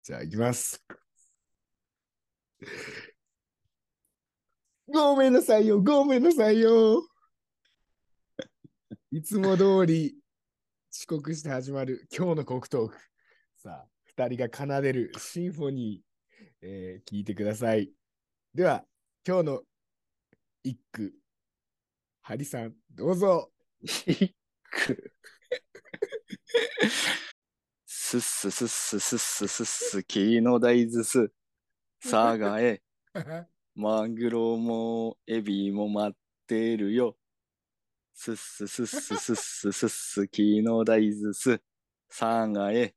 じゃあ、行きます。ごめんなさいよ、ごめんなさいよ。いつも通り遅刻して始まる今日の国トーク。さあ、二人が奏でるシンフォニー、聞いてください。では、今日の一句、ハリさん、どうぞ。 一句。すっすすっすすっすすっす、木の大豆す。佐賀へ、マグロもエビも待ってるよ。すっすすっすすっすすっす、木の大豆す。佐賀へ。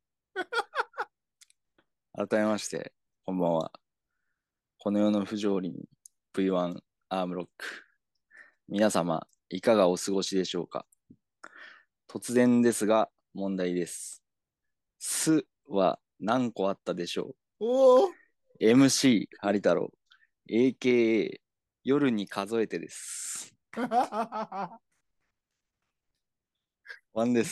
改めまして、こんばんは。この世の不条理に V1 アームロック。皆様、いかがお過ごしでしょうか。突然ですが、問題です。すは何個あったでしょおー。 う？ MC ハリ太郎 AKA 夜に数えてです。ワンです。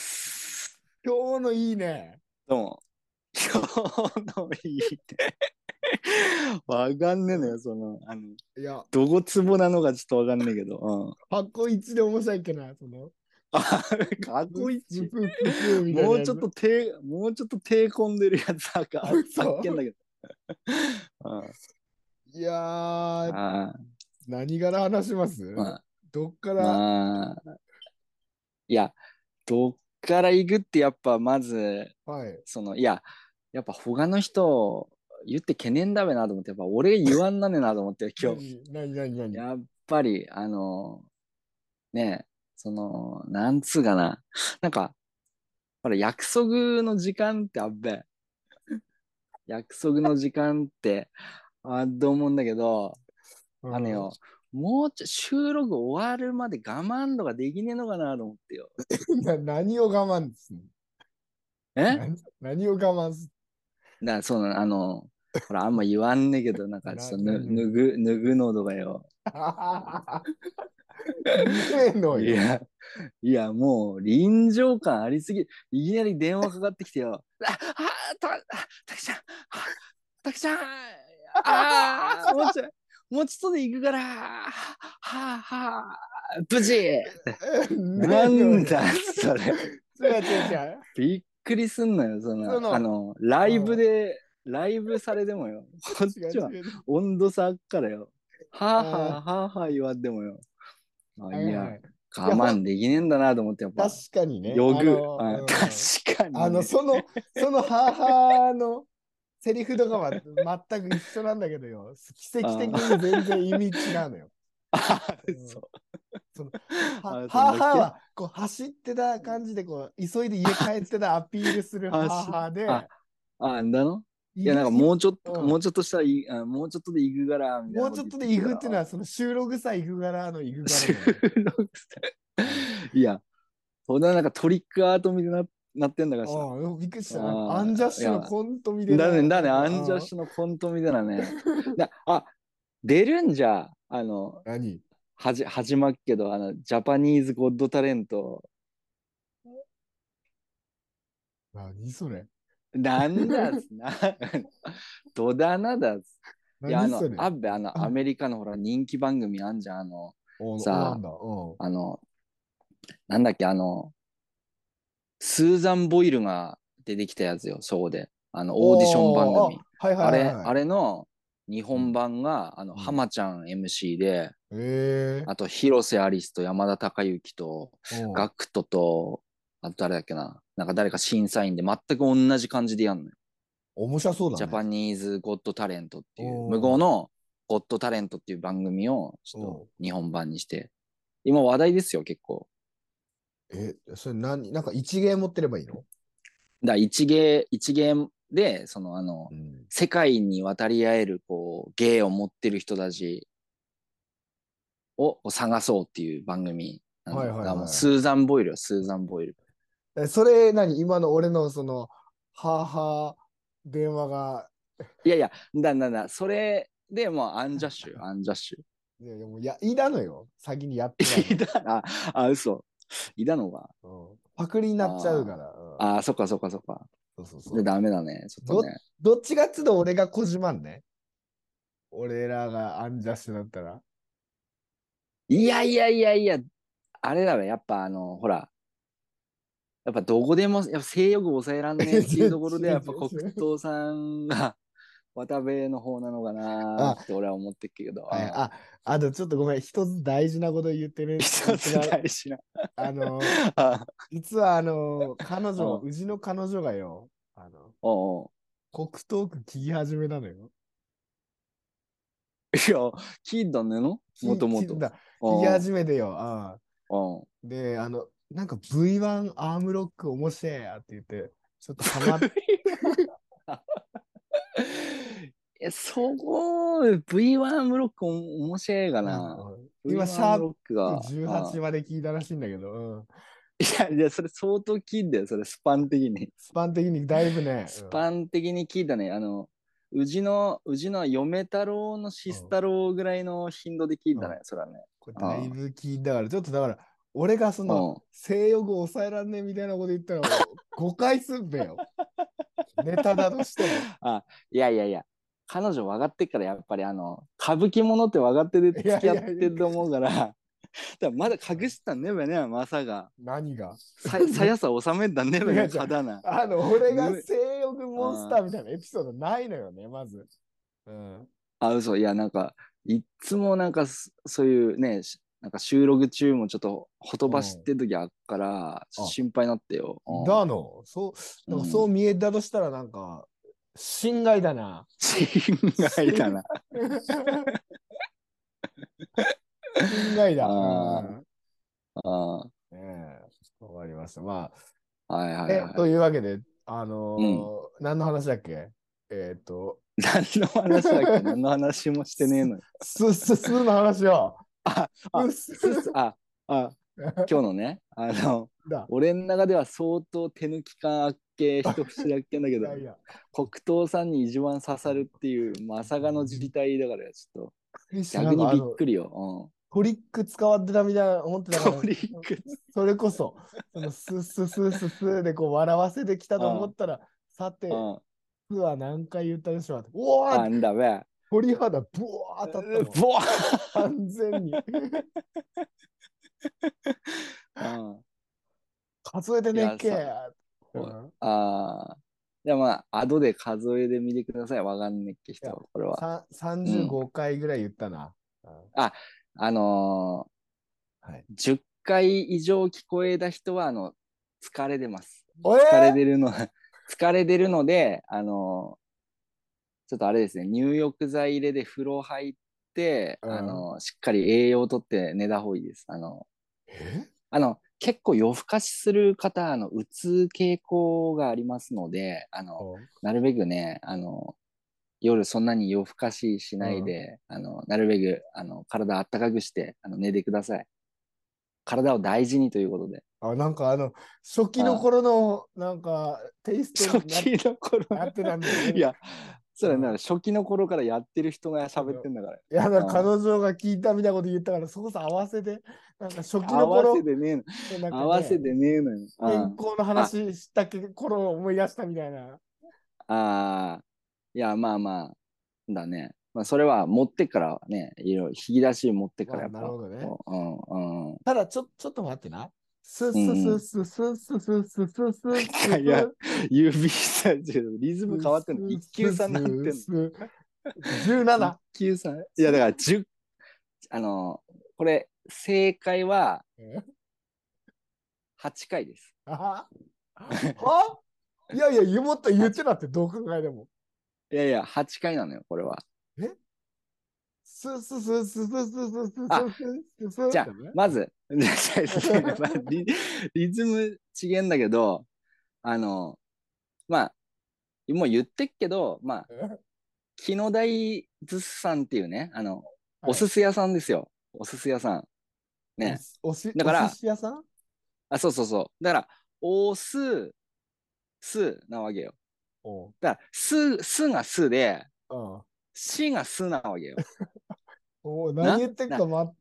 今日のいいね。 どうも。今日のいいって。わかんねえのよ、 いや、 どこツボなのかちょっとわかんねえけど。うん。 箱一で面白いっけな、 あ、過去プ一。 プププみたいもうなやつ。 ちょっと手、もうちょっと手込んでるやつあっ嘘。 けんだけど。うん。 いやー、 あ何から話しまー、ます？ あ、 どっから？ まあ、いや、どっから行くってやっぱまず、 はい。 やっぱ他の人言って懸念だべなと思って、やっぱ俺言わんなねなと思って、今日。 何？ やっぱり、ね、なんつうかな。なんか、ほら、約束の時間ってあっべ。約束の時間ってあっと思うんだけど、 うん。 あのよ、もう収録終わるまで我慢とかできねえのかなと思ってよ。 何を我慢すんの？ え何を我慢すだからほら、あんま言わんねえけど、なんかちょっと何？ 脱ぐのとかよ。 ねえのよ。 いや、いや、もう臨場感ありすぎ。いきなり電話かかってきてよ。たけちゃん、たけちゃん、もうちょい、もうちょっとで行くから、無事。 ねえなんだ、 のよ。 それ。 違う。 びっくりすんのよ、 その、 ライブうん、 で、ライブされてもよ。こっちは違う。 温度差あっからよ。 あ言わんでもよ。 あ、はいいや、 はいはい。いや、 我慢できねえんだなと思って、やっ確ぱ、 かにね、 確かにね。 その母のセリフとかは全く一緒なんだけどよ、奇跡的にあ全然意味違うのよ。うん、 そう。 そのそんだっけ。 はこう走ってた感じでこう急いで家帰ってたアピールする母あ、 で、 んだの。いや、なんかいぐいもうちょっとしたらもうちょっとで行くから、みたいなこともうちょっとで言ってきてよ。 行くっていうのは、その収録さ行く柄の行く柄収なのよ。 録して。 うん。 いや、ほんならなんかトリックアートみたいなってんだかしら。 びっくりした。なんかアンジャッああ、いシュのや、 コントみたいな、 だね、 なんか、 アンジャッシュのコントみたいなね。出るんじゃ、 何？ 始まっけど、ジャパニーズゴッドタレント。 何それ？ なんだつな。戸棚だつ。いや、 何それ？ アメリカのほら、人気番組あんじゃん。 なんさだ。うん。 あ、なんだっけ、スーザン・ボイルが出てきたやつよ、そこで。オーディション番組。 はいはいはいはあい。 れの日うん。 本版が、 うん。 浜ちゃん MC で、 ええあと、広瀬アリスと山田孝之と、 ー。うん。 ガクトと、あと誰だっけな。なんか誰か審査員で全く同じ感じでやんのよ。 面白そうだジャパね。 ニーズ・ゴッド・タレントってういう、向こうん。 のゴッド・タレントっていう番組をちょっとうん。 日本版にして、今話題ですよ、結構。 それなんか一芸持ってればいいの？ 一芸で、 うん。 世界に渡り合える、こう、芸を持ってる人たちを探そうっていう番組なのよ。だはいはいからもう、 はいはい。 スーザン・ボイルよ、スーザン・ボイル。 それ今の俺の母電話が、 いやいや、それでもう、アンジャッシュ。 いやいやもういたのよ。先にやってたの。 いた、嘘。いたのか。 パクリになっちゃうかあら。 そっかそっかそっか。 そうそうそで、 う。 ダメだね。ちょっとね。 どっちがっつうと俺が小島んね。俺らがアンジャッシュだったら。 いやいやいやいや、あれだべ、やっぱほら、やっぱどこでも、やっぱ性欲抑えらんねえっていうところで、やっぱ黒糖さんが渡部の方なのかなあ、 って俺は思ってるけど、 はい、あとちょっとごめん、一つ大事なこと言ってる。 一つ大事な。 あの、 あ実は彼女、 うんうちの彼女がよ、 おう黒トーク聞き始めたのよ。 いや、聞いたんねのもともと。 聞きおう始めてよ。 おうで、なんか V1 アームロック面白いやって言って、ちょっとハマっそこ、V1 ブロック面白いかな。 今、シ V1 ャーブロックが。 プ18まで聞いたらしいんだけど、 いや、いや、それ相当聞いんだよ、それ、スパン的に。 スパン的にだいぶね、 スパン的に聞いたね。うちの嫁太郎のシス太郎ぐらいの頻度で聞いたね、それはね。 これだいぶ聞いたから、ちょっとだから、俺がその性欲を抑えらんねえみたいなこと言ったら、誤解すんべよ。ネタだとしても。 いやいやいや、彼女分かってっから、やっぱり歌舞伎ものって分かってて付き合ってると思うから、だからまだ隠したんねべね、まさが。 何がさやさ収めたんねべね、肌な。 俺が性欲モンスターみたいなエピソードないのよね、まず。 嘘。いや、なんか、いっつもなんか、そういうね、なんか収録中もちょっとほとばしってる時あっから、心配になってよ。 だの、そう見えたとしたらなんか、心外だな。 心外だな。 心外だ。 わかりました。まあ、はいはいはい。 というわけで、何の話だっけ何の話だっけ何の話もしてねえのよ。 すの話よ。 今日のね、俺の中では相当手抜き感あっけ、一節だっけんだけど、黒糖さんに一番刺さるっていう、まさかの事態だから、ちょっと、逆にびっくりよ。 トリック使わってたみたいな思ってたから、 トリックそれこそ、スでこう笑わせてきたと思ったら、さて、スは何回言ったでしょう。おーなんだべ。 鳥肌ブワー当たったもん。 完全に。数えてねっけ。 じゃあまあ、後で数えで見てください。わかんねっけ人は、これは。 35回ぐらい言ったな。 10回以上聞こえた人は、疲れてます。 疲れてるので、ちょっとあれですね、入浴剤入れで風呂入って、しっかり栄養をとって寝た方がいいです。結構夜更かしする方、うつ傾向がありますので、なるべくね、夜そんなに夜更かししないで、なるべく、体あったかくして、寝てください。体を大事にということで。 なんか初期の頃の、なんか、テイスト初期の頃やってたんだよね。 いや、それな、初期の頃からやってる人が喋ってんだから。 いや、彼女が聞いたみたいなこと言ったから、そこそ合わせて、なんか初期の頃。 合わせてねえの。合わせてねえのよ。 健康の話した頃を思い出したみたいな。 いや、まあまあ、だね。まあ、それは持ってからね、いろいろ引き出し持ってからやっぱ。 なるほどね。 うん。 ただ、ちょっと待ってな。スッスッスッスッスッスッスッスッスッスッ。 いや、指さリズム変わってんの。一級さんなんてんの。 17。 一級さん。いや、だから10、これ、正解は8回です。 いやいや、もっと言ってなって、どう考えても。 いやいや、8回なのよ、これは。 スッスッスッスッスッスッスッスッスッスッ。 じゃあ、まず、リズム違えんだけど、まあ、もう言ってっけど、まあ、木野大寿司さんっていうね、お寿司屋さんですよ。お寿司屋さん。ね。だから、 お寿司屋さん？ そうそうそう。だから、おす、すなわけよ。だから、すがすで、しがすなわけよ。 何言ってっか待って。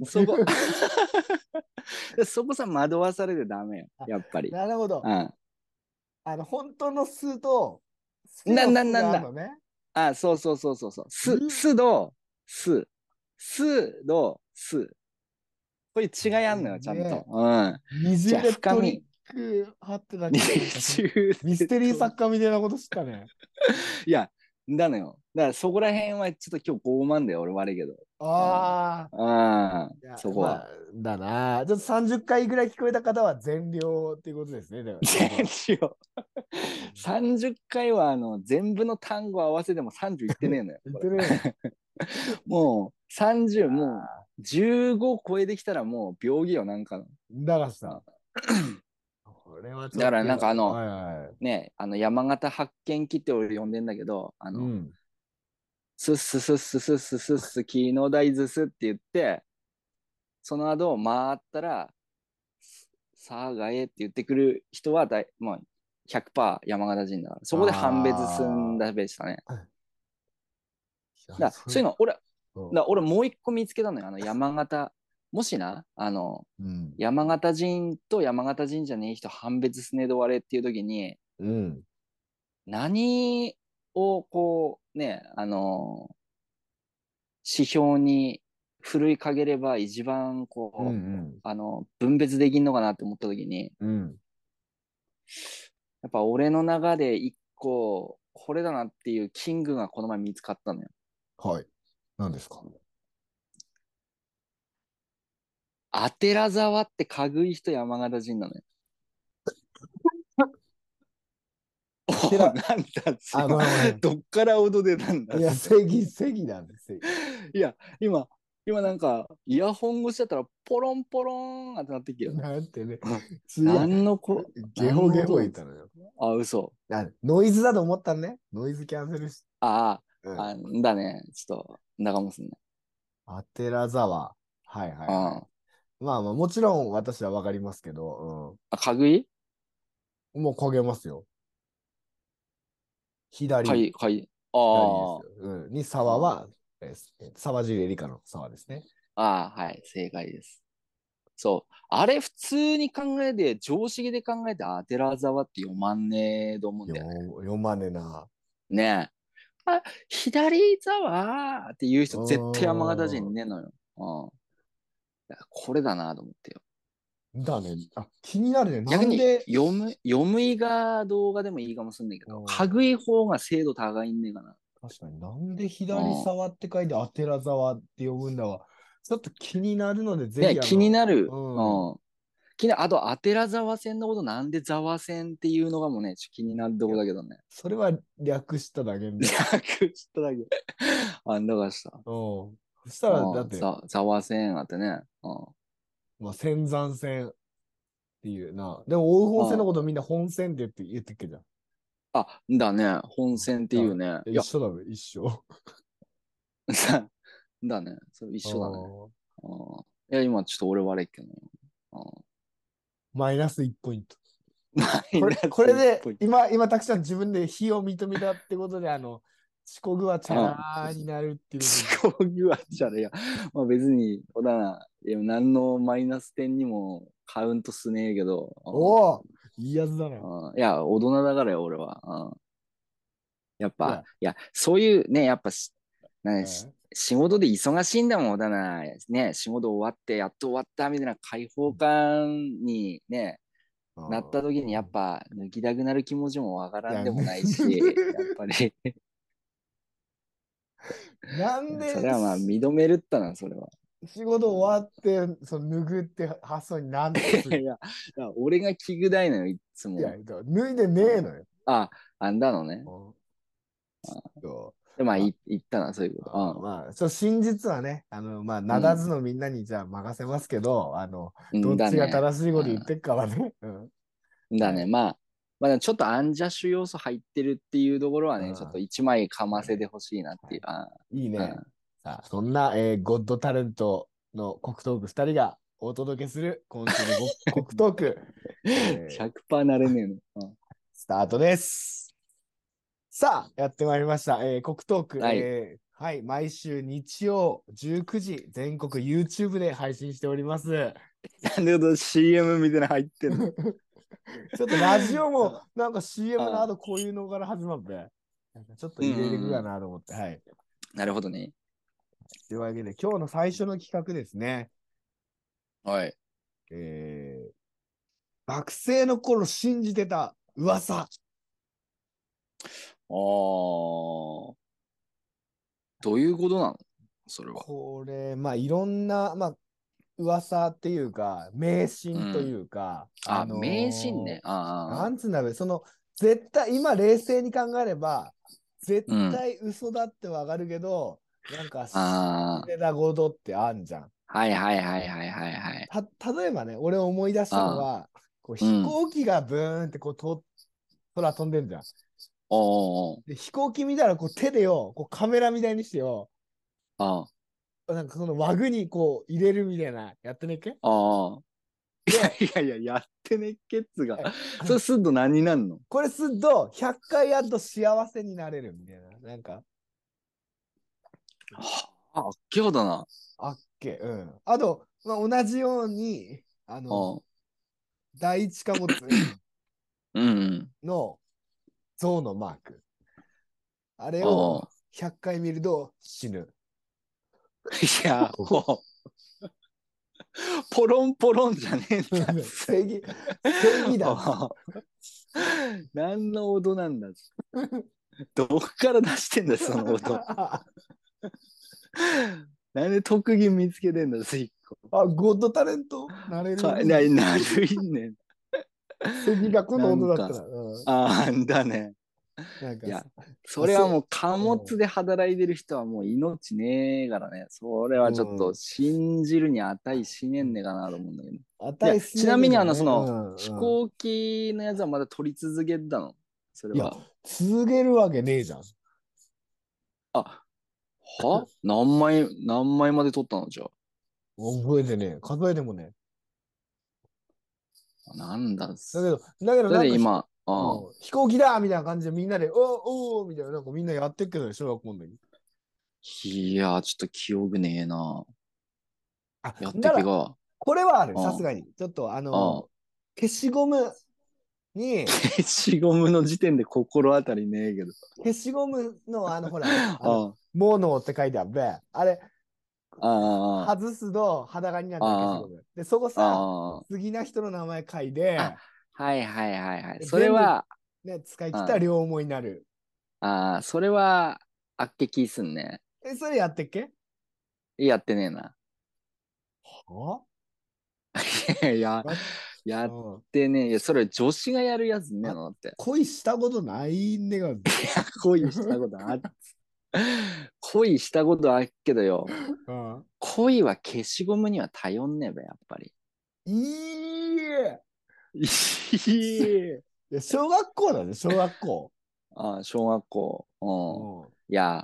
そこさ、惑わされてダメよ。やっぱり。 なるほど。 本当の巣と、好きなんの巣なんなんだ。 があるのね。 あ、そうそうそうそうそう。 み、 すど、す。すど、す。こういう違いあんのよ、ちゃんと。 ね、 うん。 二じゃあ、 重でトリッ深み。 ク貼ってた、 二ちょっとなんか重ミスでテリー作取る。 家みたいなことしたね。 いや、だのよ。だからそこら辺はちょっと今日傲慢だよ、俺悪いけど。 ああ、いや、 そこは。 まあ、だな。ちょっと30回ぐらい聞こえた方は全量っていうことですね。ってことは。 全量。30回は全部の単語合わせても30いってねえのよ、これ。 言ってねえの。 もう30、もあう15超えてきたらもう病気よ、なんかの。 ーだからさ、これはちょだからっとやばい。 なんかはいはい。 ね、山形発見機って俺呼んでんだけど、 うん。 スッススッススッススッス、木の大豆スって言って、その後回ったら、さあがえって言ってくる人はまあ、100%山形人だから、そこで判別すんあだべしたね。 あ。いや、それ、 そういうの、俺うん。 もう一個見つけたのよ。山形、もしな、 うん。 山形人と山形人じゃねえ人判別すねどわれっていう時に、 うん。 何をこう、ね、指標にふるいかければ一番うん。うこう、 ん。 分別できんのかなって思った時に、 うん。 やっぱ俺の中で一個、これだなっていうキングがこの前見つかったのよ。 はい。何ですか？ アテラザワってかぐい人山形人なのよ。お、なんあてら、 だ、 あ、ごめんごめん。 どっから音出たんだ、 いや、 それ。 正義なんです、正義。 いや、今なんか、イヤホン越しだったら、ポロンポロンってなってきよ。 なんてね。いや、ゲホゲホ何の音だっつ。 言ったのよ。 あ、嘘。 ノイズだと思ったね。ノイズキャンセルし、うん。 だね。ちょっと、だかもすんね。 アテラザワ。はいはいはい。 あまあまあ、もちろん私はわかりますけど、 かぐいうん。もう焦げますよ。左、 かい。 左ですよ。うん。沢あは、沢尻エリカの沢ですね。 はい、正解です。そう。あれ、普通に考えて、常識で考えて、アテラザワって読まんねえと思うんだよね。 読まねえな。 ねえ。あ、左座はっていうう人絶対山形ーん。 人ねえのよ。これだなと思ってよ。 だね。気になるね。な逆にんで、 読むいが動画でもいいかもしんないけうど、かん、 ぐい方が精度高いんねえかな。 確かになんで左うん。 沢って書いてあてら沢って呼ぶんだわ。ちょっと気になるので、ぜね、 ひ気になうる。 ん。 あと、アテラザワ線のことなんでザワ線っていうのがもうね、気になるといや、 こだけどね。 それは略しただけ。 略しただけ。だからした。 うん。そしたら、だって、 ザワ線あってね。 まあ、仙山線っていうな。でも、大本線のことみんな本線って言ってっけじゃん。 だね。本線っていうね。いや、 一緒だべ、一緒。 だね。それ一緒だね。 うんいや、今ちょっと俺悪いけどね。 マイナス1ポイント。 マイナこス1 れで、 ポイン今、たくさん自分で非を認めたってことで、遅刻はチャト。 ラーになるっていうことで。 思考疑惑じゃねえや。まあ別に、そうだな。いや、何のマイナス点にもカウントすねえけど。 おお、いいやつだな。 いや、大人だからよ、俺は。やっぱ、 いや、 いや、そういうね、やっぱうん仕事で忙しいんだもん、だな。ね、仕事終わって、やっと終わったみたいな解放感にね、なった時にやっぱ抜きたくなる気持ちもわかいや、 らんでもないし、やっぱりなんでそれはまあ認めるったな、それは。 仕事終わって、脱ぐって発想になんのすぐ。 いや、俺が聞くだいのよ、いついや、 も。 脱いでねえのよ。 あんだのね。 うんそで、まあ、 うま言ったな、そういうこと。 まあ、真実はね、まあ、名だずのみんなにじゃあ任せますけど、どっちがだね。 正しいこと言ってっかはね。うん。 だね。 はい。 まあ、ちょっとアンジャッシュ要素入ってるっていうところはね、ちょっとうん。 一枚かませてはい。 ほしいなっていう。 はい。いいね。 うん。 さあ、そんな、ゴッドタレントの黒トーク2人がお届けする今週の黒トーク、 100%なれねえの。 スタートです。さあ、やってまいりました。黒トーク、 はい。 はい、毎週日曜19時、全国 YouTube で配信しております。 なんでCM みたいなの入ってんの。 ちょっとラジオもなんか CM のあ後こういうのから始まって、なんかちょっとうん入れていくかうんうん。 なと思って。はい。 なるほどね。 というわけで、今日の最初の企画ですね。 はい。 え学生の頃信じてた噂。 ああ、どういうことなのそれは。 これ、まあ、いろんな、まあ、噂っていうか、迷信というん。 うか、 あ、迷信ね。ああ、 なんつうんだろう、絶対、今冷静に考えれば、絶うん。 対嘘だってわかるけど、なんか、信じあてたことってあんじゃん。 あ、はいはいはいはいはいはい。 例えばね、俺思い出したのああ、 は、こう飛うん。 行機がブーンって空飛んでんじゃん。 おー、 で、飛行機見たらこう手でよ、こうカメラみたいにしてよ、 あなんかその輪具にこう入れるみたいな、やってねっけあ、ああ。 で、 いやいや、やってねっけっつが。 えそれすんと何になんの？ これすると100回やると幸せになれるみたいな。なんか、 はあ、あっけよだな。 あっけ、うん。あと、まあ、同じように、 ああ、 第一貨物うんうん。 の象のマーク。あれをああ。 100回見ると死ぬ。 いや、もう、ポロンポロンじゃねえんだっつ。 正義だっつ。 ああ、何の音なんだっつ。どっから出してんだ、その音。なんで特技見つけてんだ、一あ、ゴッドタレントなれ個。 る。 なるいねん。 関がこのなんか、 音だったら。うん。 ああんだね。 なんかさ、 いや、そあ、 れはもう貨うん。 物で働いてる人はもう命ねえからね。それはちょっとうん。 信じるに値しねえんねえかなと思うんだけど。いや、 値しちなみにねえけどね。う飛ん。うん。 行機のやつはまだ取り続けてたのそれいや、 は。 続けるわけねえじゃん。 あ、何枚まで取ったのじゃ覚えてねえ。数えてもね。 あ。なんだだけど、だけどそれなんかで今、ああ、 うん、飛行機だみたいな感じでみんなで、おみたいな、なんかみんなやってっけどね、小学校の時。 いや、ちょっと記憶ねえな。 あ、 やってなら、 けが。 これはある、さすあがに。ちょっとあ、ああ。 消しゴムに、 消しゴムの時点で心当たりねえけど。 消しゴムのほら、 あモノって書いてあるべ。あれ、 あ、あ外すと裸になるじゃん、消しゴあ、 ム。で、そこさ、 ああ、 好きな人の名前書いあ、 て、 はいはいはいはい。 で全部、 それは、 ね、使い切ったらあ両思いになる。 あ、それは、あっけ気すんね。 それやってっけやってねえな。 はいや、 や、 やっうん。 てねえ。いや、それ女子がやるやつねえあ、 のだって。 恋したことないんねが。 恋したことあっ、恋したことあっけどよ。 うん。 恋は消しゴムには頼んねえべ、やっぱり。 いいえ。 いいいや、小学校だね、小学校。 ああ、小学校。うん。 うん。 いや、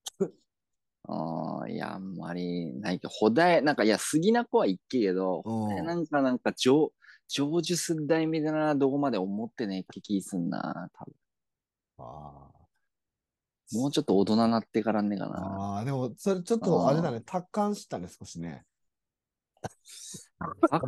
いや、あんまりないけど、ほだえ、なんか、いや、好きな子は言っけけど、 うほだえん。 なんか、成就する代みたいな、どこまで思ってねえって気すんな、多分。 あもうちょっと大人になってからねえかな。 あ。でも、それちょっとあれだあね、達観したね、少しね。 あ。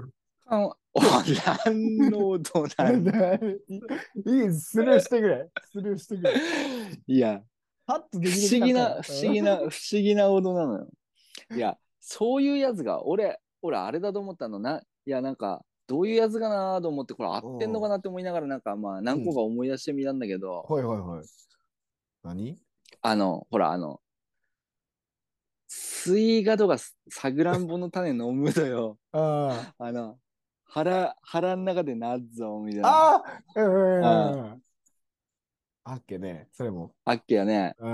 何の大人。 いい、スルーしてくれ。スルーしてくれ。 いや、 パッとできてきたから。 不思議な大人なのよ。いや、そういうやつが、俺、あれだと思ったのいや、なんか、どういうやつかなと思って、これ合ってんのかなって思いながら、なんか、まあ、 うん。うん。 何個か思い出してみたんだけど、 はいはいはい。何ほら、スイガとかさくらんぼの種飲むとよ、 ああ。 あの、腹の中でなっぞ、みたいな。 ああ、 あうん。あっけね、それも。 あっけやね。 うん。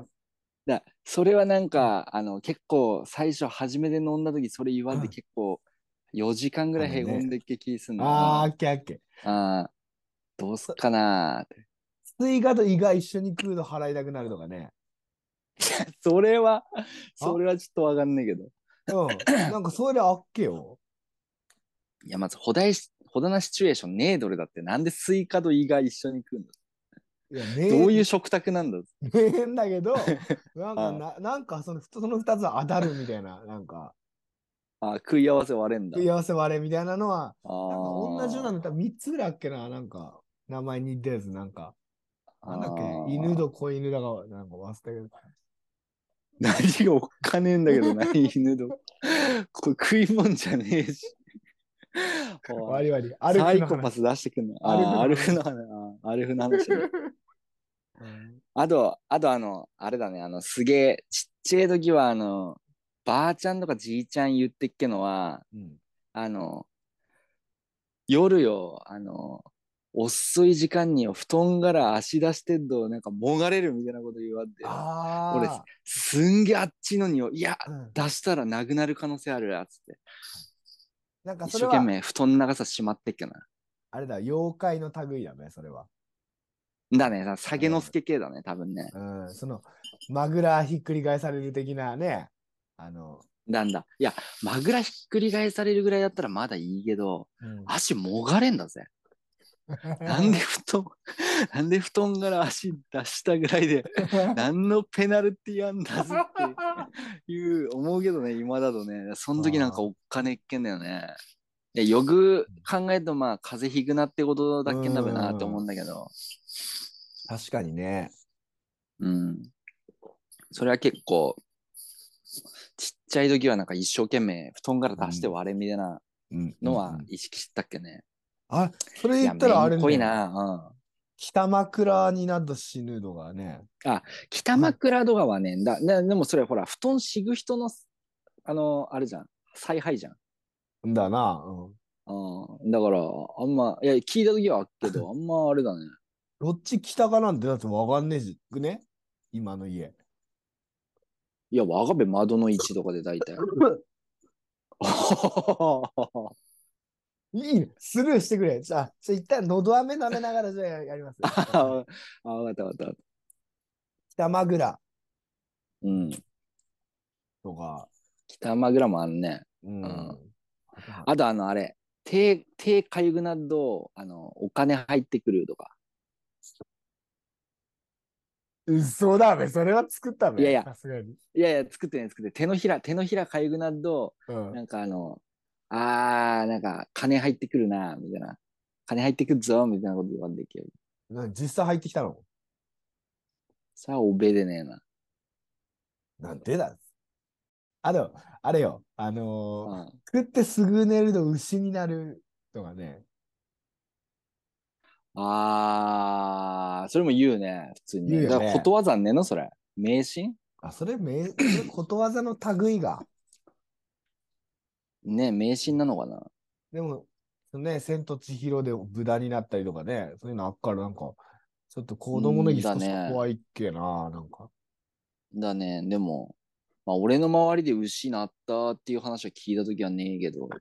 それはなんか、結構、最初、初めて飲んだ時、それ言われて結構、4時間ぐらいへこあれね。 んでっけ気すんああ、あな。 っけあっけ。 どうすっかなーって。 スイカとイガ一緒に食うの払いたくなるとかね。 それは、そあれはちょっとわかんないけど。 うん。なんかそれあっけよ。 いや、まず、ほだなシチュエーションねえどれだって、なんでスイカとイが一緒に食うんだ？ いや、 どういう食卓なんだ？ ねえんだけど、 あなんかその二つは当たるみたいな、なんか。 あ、食い合わせ割れんだ。 食い合わせ割れみたいなのは、 あなんか同じようなーの多分3つぐらいあっけな、なんか、名前に似たやつ、なんか、なんだっけ、犬あー。 と子犬だか、なんか忘れたけど。 何がおっかねえんだけど、何犬と。これ食い物じゃねえし。おい、 割り割り、アルサイコパスフの話。 出してくんの。 アルフああ、アルフのの話。 話、アルフの話ね。 うん。 あとあれだね、すげえ、ちっちゃい時はばあちゃんとかじいちゃん言ってっけのは、 うん。 あの、夜よ、遅い時間によ、布団から足出してんと、なんかもがれるみたいなこと言われてよ。俺、 あすんげえあっちのによ、いや、 あ、うん。 出したらなくなる可能性あるやつって。 なんか一それは、 生懸命布団の長さしまってっけな。 あれだ、妖怪の類だね、それは。 だね、酒のうん。 助系だね、多分ね。 うん、マグラひっくり返される的なね、 なんだ。いや、マグラひっくり返されるぐらいだったらまだいいけど、 うん。 足もがれんだぜ。なんで布団、なんで布団から足出したぐらいで、何のペナルティーあんだぜって思うけどね、今だとね、その時なんかあおっかねっけんだよね。いや、よく考えると、まあ、風邪ひくなってことーだっけんだべなと思うんん、 だけど、 確かにね。 うん。それは結構、ちっちゃい時はなんか一生懸命布団から出してうん、 割れみたいなうん、うん、 のうん。 は意識してたっけね。 あ、それいや、 言ったらめんあれね、 こいな。 北枕になった死ぬのがね、 うん。あ、北枕とかはね、でもそれほら、布団敷く人の、あれじゃん。采配じゃん。 だな、うん。 だから、あんま、いや、聞いた時はあっけど、あんまあれだね。 どっち北かなんてだってわかんねえし、ね、今の家。 いや、わがべ窓の位置とかで大体。 いいね、スルーしてくれ。一旦喉飴舐めながらじゃあやります。 わかったわかった。 北枕うん。 とか、 北マグラもあんね。 ううん。 ん。あとはあとあれ、手かゆくなると、お金入ってくるとか。 嘘だべ、それは作ったべ、 いやいや、 さすがに。 作ってね、作って。手のひらかゆくなると、 うん。 なんかなんか金入ってくるな、みたいな。金入ってくるぞ、みたいなこと言わんできる。 実際入ってきたの？ さあ、おべでねえな。 なんでだ。あの、あれよ、 うん。 食ってすぐ寝ると牛になるとかね。 それも言うね、普通にね。 言うよだからこね。 とわざんねえの、それ。迷信あ、それことわざの類が。 ね、迷信なのかな。 でも、千と千尋で豚になったりとかね、そういうのあっからなんか、ちょっと子供の時だ少しね。 怖いっけな、なんか。 だね。でも、まあ、俺の周りで牛なったっていう話は聞いたときはねえけど。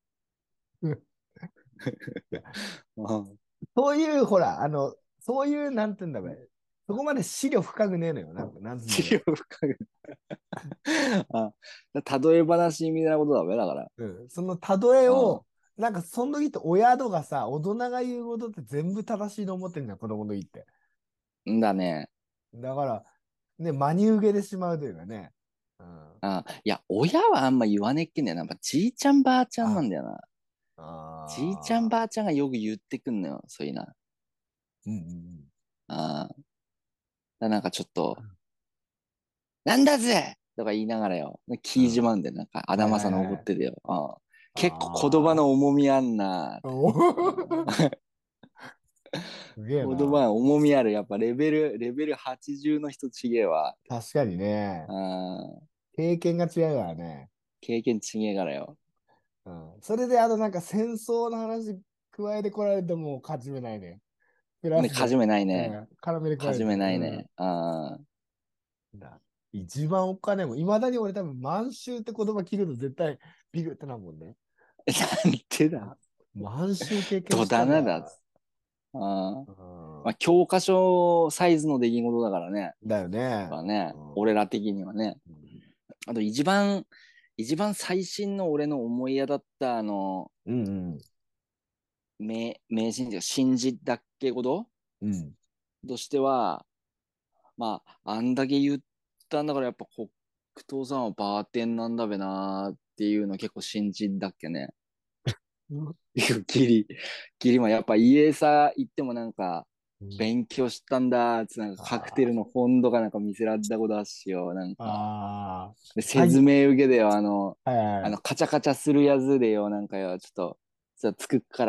いや、 うん。 そういう、ほら、そういう、なんて言うんだべ。そこまで思慮深くねえのよ。なんつうんだべ。 治療深く。あ、例え話みたいなことだべ、だから。 うん。その例えあを、なんかその時って親とかさ、大人が言うことって全部正しいと思ってんじゃん、子供の時って。 んだね。 だから、ね、真に受けてしまうというかね。うん。 いや、親はあんま言わねっけんだよな。やっぱじいちゃんばあちゃんなあ、 んだよな。じいちゃんああ、 ばあちゃんがよく言ってくんのよ、そういうな。 うんうんああ。なんかちょっと、なんだぜとか言いながらよ、 うん。うん。 聞いじまうんで、なんか、あはいだまさはいはい。 登っててよ。結構言葉あの重みあんな。 あ。おーすげえ言葉な。 重みある。やっぱレベル80の人ちげえわ。 確かにね。 あ経験が違うからね。 経験ちげえからよ。 うん。それで、なんか戦争の話加えてこられても勝ち目ないね。プラね、 スで。 かじめないうね。 ん。絡めてこられて。 かじめないうん。 ね。あだ一番お金も、いまだに俺多分満州って言葉聞くと絶対ビクってなもんね。 なんてだ。 満州経験どしただなだ。 んだ。うまあ、 ん。 教科書サイズの出来事だからね。 だよね。 まあね、 うん。 俺ら的にはね。あと一番最新の俺の思い当たったうんうん。 迷信っていうか信じだっけことうん。 としては、まあ、あんだけ言ったんだからやっぱ黒糖さんはバーテンなんだべなーっっていうの結構信じだっけね。 うんギリまやっぱ家さ行ってもなんか勉強したんだーってなんかカクテルの本とかなんか見せられたことあっしよ。なんか、 ああ、 で説明受けでよ、 はいはいはい。 カチャカチャするやつでよ、なんかよ、ちょっと作っから、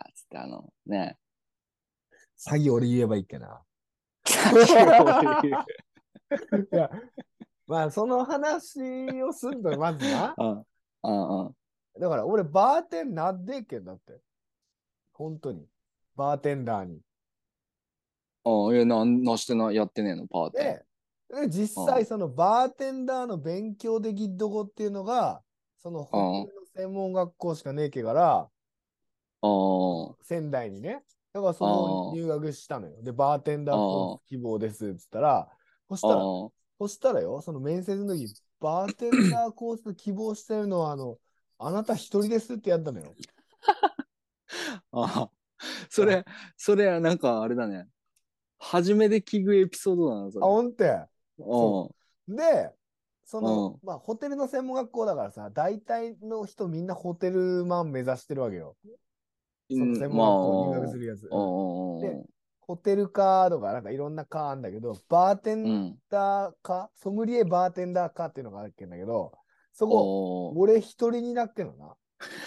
つってね。 詐欺俺言えばいいっけな。 先を俺言う。 いや、まあその話をすんと、まずな。 うんうんうん。 だから俺バーテンなんでっけんだって。本当に。バーテンダーに。 ああ、してやってねえの、パーテン。 で実際うん。 そのバーテンダーの勉強できっどこっていうのが、そのホテうん。 ルの専門学校しかねえけから、 ああ。 仙台にね。だからそこにあ入学したのよ。で、バーテンダーコーあ。 ス希望ですっつったら、そしたら、 あそしたらよ、その面接の時、バーテンダーコース希望してるのは、あなた一人ですってやったのよ。 あ。ああ。そあ、 れ、それはなんかあれだね。初めて聞くエピソードだな、それ。 ほんて。そうう。で、そん。 の、 うん。 まあ、ホテルの専門学校だからさ、大体の人みんなホテルマン目指してるわけよ。その専ま門学校入学するやつ。 あ、 うん。で、ホテル科とか、なんかいろんな科あるんだけど、バーテンうん。 ダー科、ソムリエバーテンダー科っていうのがあるっけんだけど、そこ、 おー。 俺一人になっけんのな。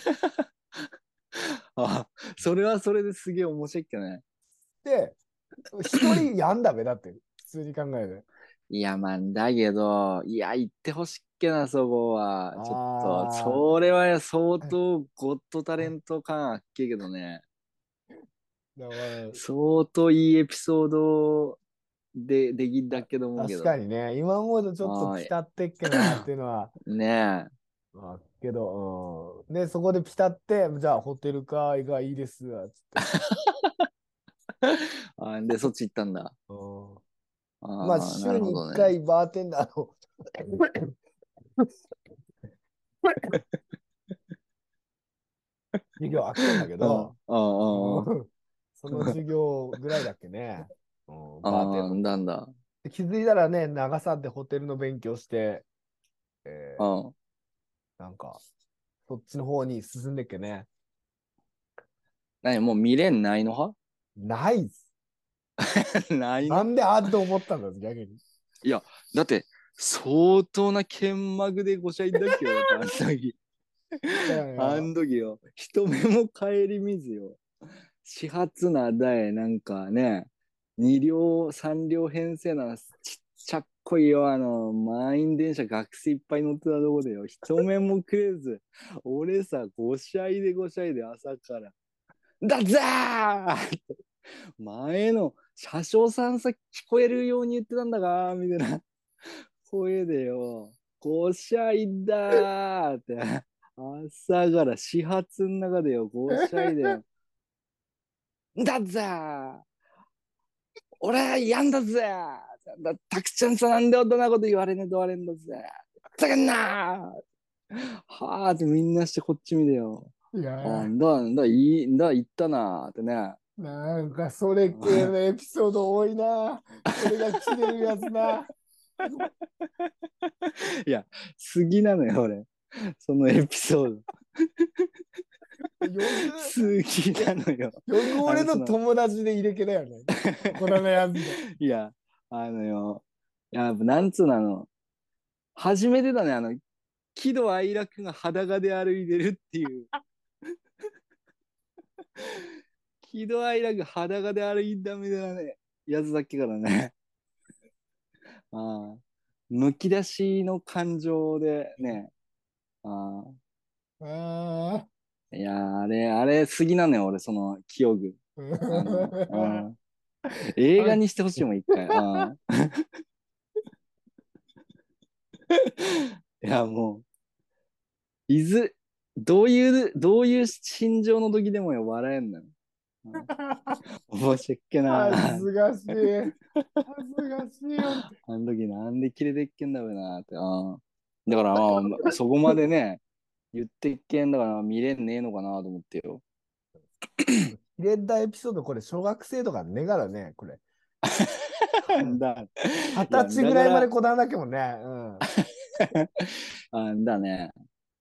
あ、それはそれですげえ面白いっけね。 で、一人やんだべ、だって、普通に考えて。 いや、まあ、だけど、いや、行ってほしいっけな、そこは。ちょっと、 あそれは相ー、 当ゴッドタレント感あっけけどね。 だから相当いいエピソードできんだけど思うけ確かど。 にね、今思うとちょっとあピタってっけなっていうのは、 あ、ねえ。 まあ、けど、うん。で、そこでピタって、じゃあホテル会がいいですわ、つって。 あ、で、そっち行ったんだ。 うん、まあ、 ああ、な週に1 るほどね。 回バーテンダーの授業あっけんだけうん、 ど、 ああ、 うんその授業ぐらいだっけね、バーテああ、 ンの。 なんだ。 で気づいたらね、長さでホテルの勉強して、えーうん。 なんか、そっちの方に進んでっけね。 もう未練ないの派？ ナイス。 ないの？ なんであっと思ったんだ、逆に。 いや、だって、相当な剣幕でごしゃいんだっけよ。だってあの時。 だからあよ、 の時よ。人目も顧みずよ。始発なだえ、なんかね、2両、3両編成なちっちゃっこいよ。満員電車学生いっぱい乗ってたとこでよ。人目もくれず。俺さ、ごしゃいで朝から。だざー前の車掌さんさ、聞こえるように言ってたんだが、みたいな声でよ。ごしゃいだーって。朝から始発の中でよ、ごしゃいでよ。だぜ俺やんだぜたくちゃんさ、なんで大人なこと言われねえとわれんだぜふざけんなはあってみんなしてこっち見てよ。 いやあー、 んだ、んだ、いい、んだ、言ったなってね。 なんかそれ系のエピソード多いな。それが切れるやつな。 いや、好きなのよ、俺。そのエピソード。 よく、 好きなのよ。 よく俺のその、 友達で入れけだよね。このやつで。 いや、よ、やっぱなんつうの、初めてだね、喜怒哀楽が裸で歩いてるっていう。喜怒哀楽裸で歩いたみたいなね、やつだっけからね。ああ、むき出しの感情でね。ああいやー、あれ好きなのよ、俺、その記憶。 ー映画にしてほしいもん、一回。いや、もう、いず、どういう心情の時でもよ、笑えんのよ。面白っけな。 恥ずかしい。恥ずかしいよ。 あの時なんでキレてっけんだべなって。だからまあ、そこまでね、言ってっけんだから見れんねえのかなと思ってよ。 切れたエピソード、これ、小学生とかねえからね、これ。二いや、 十歳ぐらいまでだから、 こだわらなきゃもんね。うん。 だね。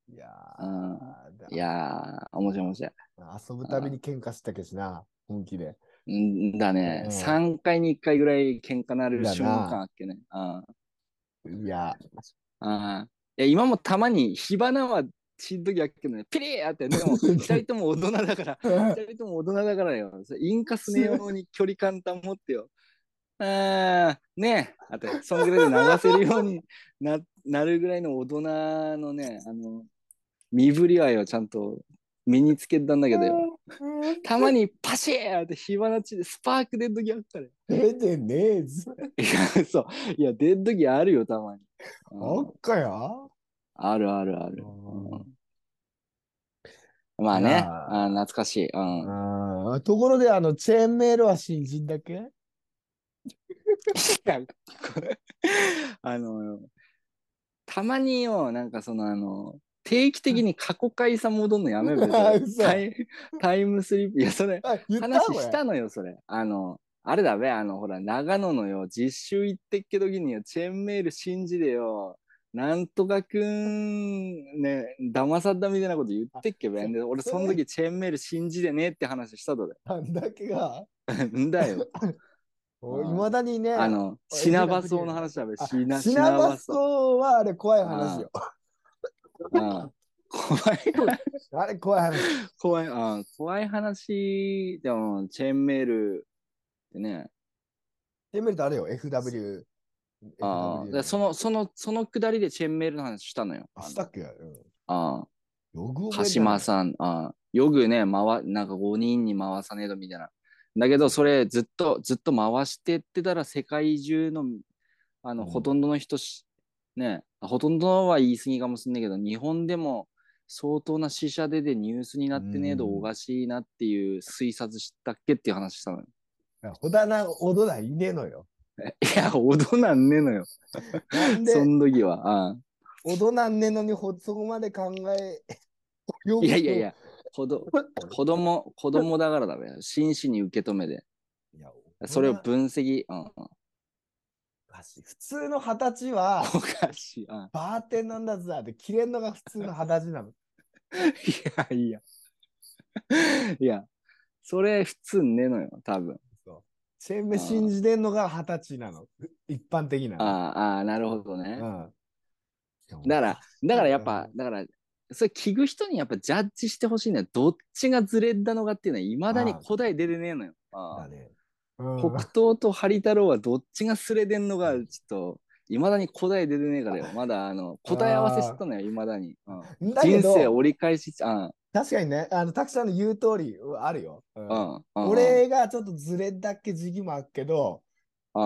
いやうん。 ー、 いやー、面白い面白い。 遊ぶたびに喧嘩したけしな、本気で。 うんだね。 う 3回に1回ぐらい喧嘩なん。 る瞬だな。 間あっけね。あいや、 あ。いや、今もたまに火花はしんどきあっけどね。ピリーって、でも、二人とも大人だから、二人とも大人だからよ。それインカスネように距離感保ってよ。ああ、ねえ、あと、そんぐらいで流せるようになるぐらいの大人のね、身振り合いをちゃんと身につけたんだけどよ。たまにパシーって火花散でスパーク出ん時あるから。 出てねえぞ。 いや、そう。いや、出ん時あるよ、たまに。 あっうん、 かや。 あるあるあうる。うん。 ん、まいあね、 や懐かしい。うん。 ところで、チェーンメールは新人だっけ？ いや、これあの、たまによ、なんか定期的に過去回さ戻んのやめよ、別にそれ。 嘘。 タイムスリップ。いや、それ、 あ、言った話これ。 したのよ、それ。あれだべ、ほら、長野のよ、実習行ってっけ時によ、チェーンメール信じでよ、なんとかくん、ね、騙さったみたいなこと言っあ、 てっけべ。で、俺、そのそれ、 時チェーンメール信じでねって話したとで。 なんだっけが、 んだよ。 いあまだにね、 品バソの FW、 話だべ。 品バス品バソ。 コはあれ怖い話あよ。 あ、ああ。怖いあれ怖い話。 怖い話、でも、チェーンメールってね、 チェーンメールとあれよ、FW、FW の。 そのくだりでチェーンメールの話したのよ。 あ、したっけ？ ああ、 よく鹿覚えてたね。 島さん、よくね、なんか5人に回さねえとみたいな。だけど、それずっと回してってたら、世界中の、ほうん。 とんどの人ね、ほとんどは言い過ぎかもしんないけど、日本でも相当な死者出てニュースになうってねえとおん。 かしいなっていう推察したっけっていう話したのよ。 ほだな、おどないねえのよ。 いや、おどなんねえのよ。 なんそで、 ん時は。 おどなんねえのにそこまで考えよくと。 いやいやいや、子供だからだべ。真摯に受け止めて。 いや、 それを分析、 おかしい。普通の二十歳は、 おかしい。 バーテンなんだぜって切れんのが普通の二十歳なの。 いやいや。いや、それ普通ねえのよ、多分。 そう。チェンメ信あじてんのが二十歳なの。一般的なの。 なるほどね。 うん。いや、おだから、 かしい。うん。 だから、それ聞く人にやっぱジャッジしてほしいのよ。どっちがずれたのかっていうのは、いまだにあ答え出てねえのよ。 だね。うん。 北東とハリ太郎はどっちがすれてんのか、ちょっと、いまだに答え出てねえからよ。まだ、答え合わせしてあたのよ、いまだに。 だけ人生ど、 折り返し、 確かにね、たくさんの言う通りあるよ。うん。 うん、うん、うん、 俺がちょっとずれだっけ時期もあるけど、 うん。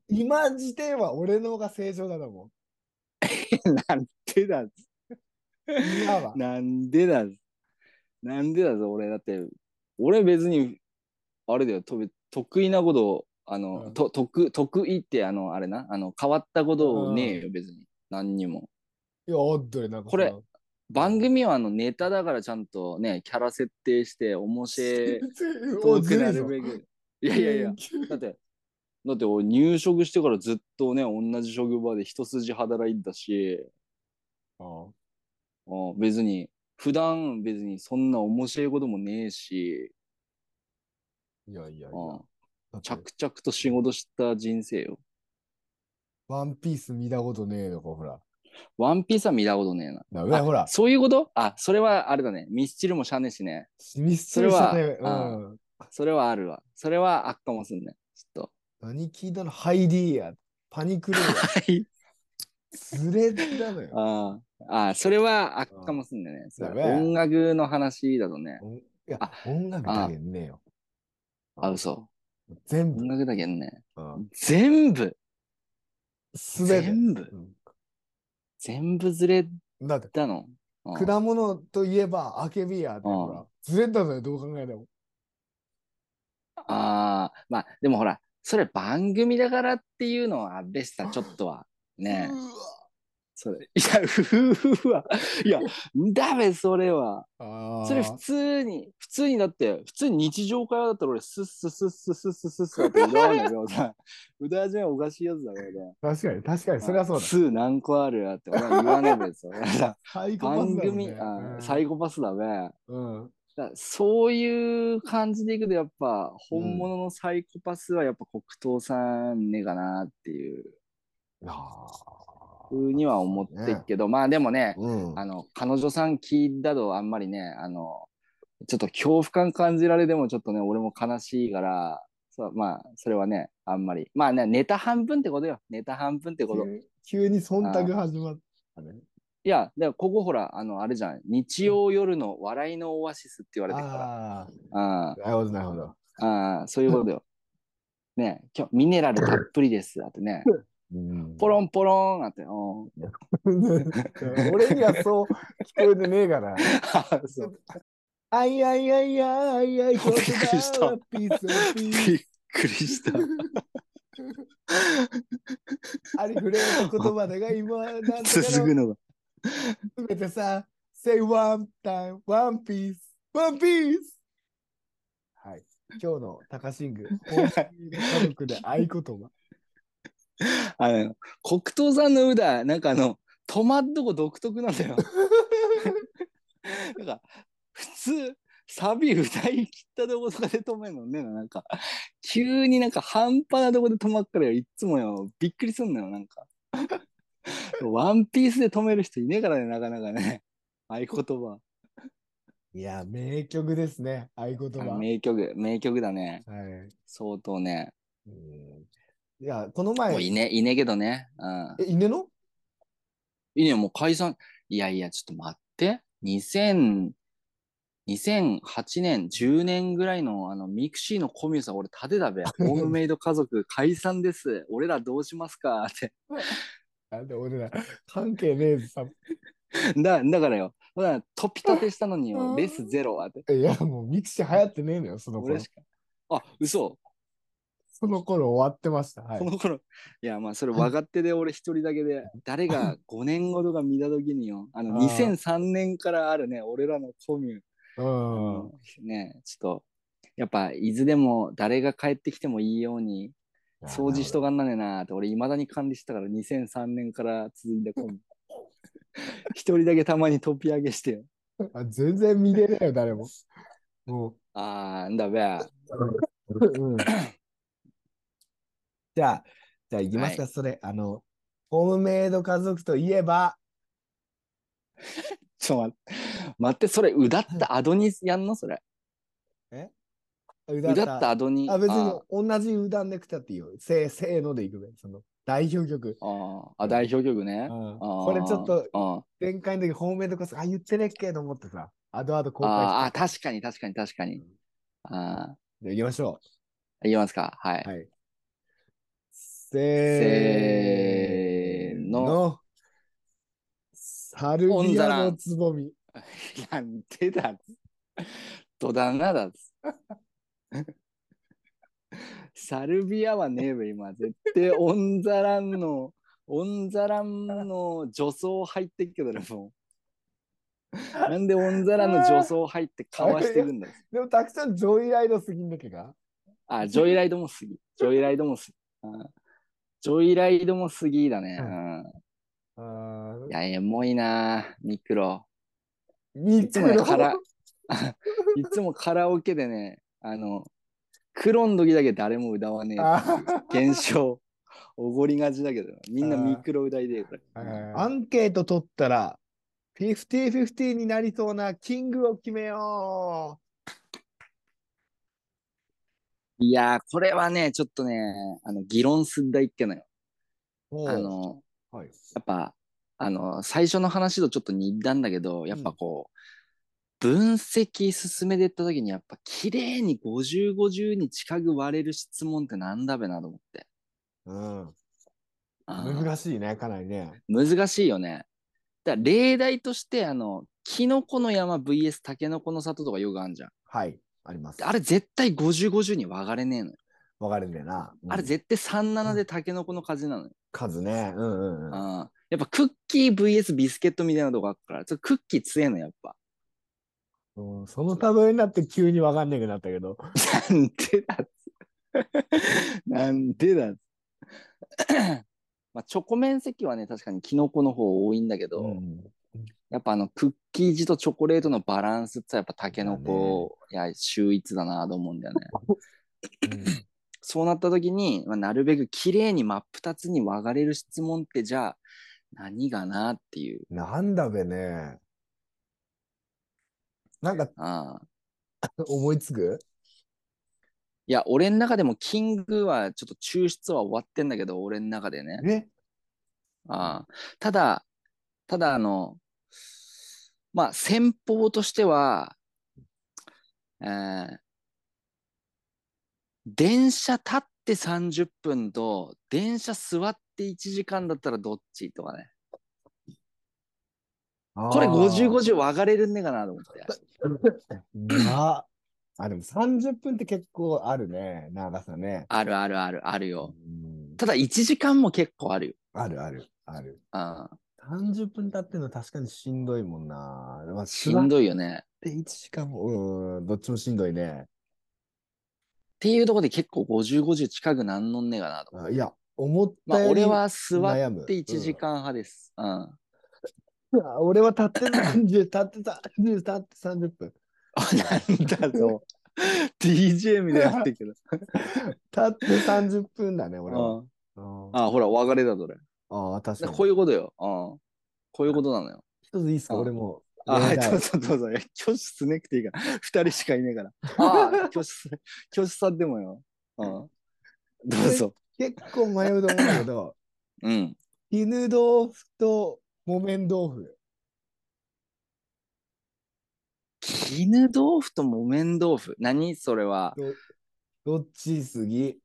今時点は俺の方が正常だと思う。 なんでだ、 今は。 なんでだ、なんでだぞ、俺。だって、俺別に、あれだよ、得意なこと、 うん。 得意って、あれな、変わったこうとねえん。 よ、別に。何にも。 いや、おっとり、なんかこれ、 さ、うん。 番組はネタだからちゃんとね、キャラ設定して、面白いお、 トークなずるいぞ。 るべく。いやいやいや、 急に、急に。 だって俺入職してからずっとね、同じ職場で一筋働いてたし、 あ別に、普段別にそんな面白いこともねえし、 いやいやいや。 うんだって、 着々と仕事した人生よ。 ワンピース見たことねえのか、ほら。 ワンピースは見たことねえな。 ほら。 そういうこと？それはあれだね。ミスチルもしゃねえしね。 ミスチそれは、 ルしたね。うん。 それはあるわ。それはあっかもすんね。ちょっ何聞いたの？ハイディーや。パニクるんと。 や。 はい。 ズレなのよ。 それはあっかうん。 もすんね。それだべ。 音楽の話だとね。 いや、 あ、 音楽だあ、 けねえよ。う嘘。 ん。全部。 音楽だけね。 うん。 全部、 すべて。 全部、 うん。 全部ずれだって、 たの。うん、 果物といえば、アケビやで、ほら。 うん。 ずれたのよ、どう考えても。 まあ、でもほら、それ番組だからっていうのは別さ、ちょっとは。ね。 うわ。 それ。いや、いや、ダメ、それは。それ普通にだって、普通に日常会話だったら俺、スッススッススッススッスだって歌わないけどさ、歌始めはおかしいやつだからね。 確かに、確かに、それはそうだ。 ス何個あるやって、俺は言わねえべそれさ、 サイコパスだもんね。 サイコパスだべ。 うん。 そういう感じでいくと、やっぱ、本物のサイコパスはやっぱ黒糖さんねえかなっていうふうには思ってっけど、まあでもね、彼女さん聞いたとあんまりね、ちょっと恐怖感感じられてもちょっとね、俺も悲しいから、まあ、それはね、あんまり。まあね、ネタ半分ってことよ。ネタ半分ってこと。 急に忖度始まったね。 いや、でここほら、あれじゃん。日曜夜の笑いのオアシスって言われてるから。 なるほど、なるほど。 そういうことよ。ね、今日ミネラルたっぷりです。あとね、ポロンポロンあって、 俺にはそう聞こえてねえから。あいあいあいあいあい、 びっくりした。 ピースびっくりした。 ありふれた言葉でが今なんだ続くのが。 すべてさ、say one time, one piece, one piece! はい。今日の高シング、家族で合言葉。 黒糖さんの歌、なんか止まっとこ独特なんだよ。なんか、普通、サビ歌い切ったとことかで止めるのね、なんか、急になんか半端なとこで止まっからよ、いつもよ、びっくりすんのよ、なんか。ワンピースで止める人いねえからね、なかなかね。合言葉。 いや、名曲ですね、合言葉。 名曲だね。はい。相当ね。 いや、この前。 いねえけどね。 いねのいねもう解散。いやいや、ちょっと待って。2008年、10年ぐらいのミクシーのコミュさ、俺立てたべ。ホームメイド家族解散です。俺らどうしますかって。 なんで俺ら関係ねえぞ、さ。 だからよ。トピ立てしたのによ、レスゼロって。 いや、もうミクシー流行ってねえのよ、その頃。 嘘。 その頃終わってました。 その頃。いや、まあ、それ分かってで俺一人だけで、誰が5年後とか見たときによ、2003年からあるね、俺らのコミュ。ね、ちょっと、やっぱ、伊豆でも誰が帰ってきてもいいように、掃除しとかんなねえなって、俺、いまだに管理してたから、2003年から続いたコミュ。一人だけたまにトピ上げしてよ。 全然見れねえよ、誰も。もう。 んだべ。 じゃあ行きますか、それ。ホームメイド家族といえば。 ちょっと待って、それ、うだったアドニスやんのそれ。うだったアドニ。 別に同じうだんでくたっていいよ。せーのでいくべ。その代表曲。 代表曲ね。 これちょっと、前回の時、ホームメイド家族、言ってねっけと思ってさ、あと公開して。 確かに。 じゃあ行きましょう。行きますか。はい。 せーの。サルビアのつぼみ。 なんてだ。どだなだ。サルビアはねえべ、今。絶対オンザランの女装入ってっけどね、もう。なんでオンザランの女装入ってかわしていくんだ。 でもたくさんジョイライドすぎんだけど。 ジョイライドもすぎ。ジョイライドもすぎだね。いや、エモいな、ミクロ。いつもカラオケでね、クロン時だけ誰も歌わねえ現象。おごりがちだけど、みんなミクロ歌いで。 アンケート取ったら、50-50になりそうなキングを決めよう。いやー、これはね、ちょっとね、議論すんだいっけのよ。やっぱ、最初の話とちょっと似たんだけど、やっぱこう、分析進めていった時にやっぱ綺麗に50-50に近く割れる質問ってなんだべなと思って。 難しいね、かなりね。 難しいよね。だから例題としてキノコの山 VS タケノコの里とかよくあるじゃん。 はい、あります。 あれ絶対50-50に分かれねえのよ。 分かれねえな。 あれ絶対3-7でタケノコの数なのよ。 数ね。 やっぱっぱクッキー VS ビスケットみたいなとこあるから、ちょっとクッキー強えの、やっぱ。 うん、その例えになって急にわかんなくなったけど。 なんでだなんでだまあ、チョコ面積はね、確かにキノコの方多いんだけど、 うん。 やっぱクッキー地とチョコレートのバランスってやっぱタケノだね。 コや秀逸だなと思うんだよね。 うん。 そうなった時に、まあ、なるべく綺麗に真っ二つに分かれる質問ってじゃあ何がなっていう。 なんだべね。なんかああ。 思いつく？ いや、俺の中でもキングはちょっと抽出は終わってんだけど、俺の中でね。 えああ。ただ、まあ、戦法としては、えー電車立って30分と、電車座って1時間だったらどっちとかね。これ50、 ああ。 50分かれるんねえかなと思って。 でも30分って結構あるね。長さね。 あるあるあるあるうよ。 ん。 ただ1時間も結構あるよ。 あるあるある。 ああ、 30分経ってるの確かにしんどいもんな。まあ、 しん座っどいよね。 て1時間も、どっちもしんどいね。 っていうところで結構50、50近くなんのんねえかなと。 いや、思っまあ、俺たよりは座っ悩む。 て1時間派です。うん。 俺は立って30、立って30、立って30分。 なんだぞ。DJ みたいになってるけど。 立って30分だね、俺は。 うん。 うん、 ああ、ほら、別れだ、それ。 ああ、確かに。 こういうことよ。うん。こういうことなのよ。 一ついいっすか？ うん。 俺もあ、はい、どう例題。 ぞどうぞ。いや挙手すねくていいから。二人しかいねえから。ああ、挙手さんでもよ。うん。どう俺ぞ。 結構迷うと思うんだけど、 うん。 絹豆腐と木綿豆腐。 絹豆腐と木綿豆腐。何それは。 ど、どっちすぎ？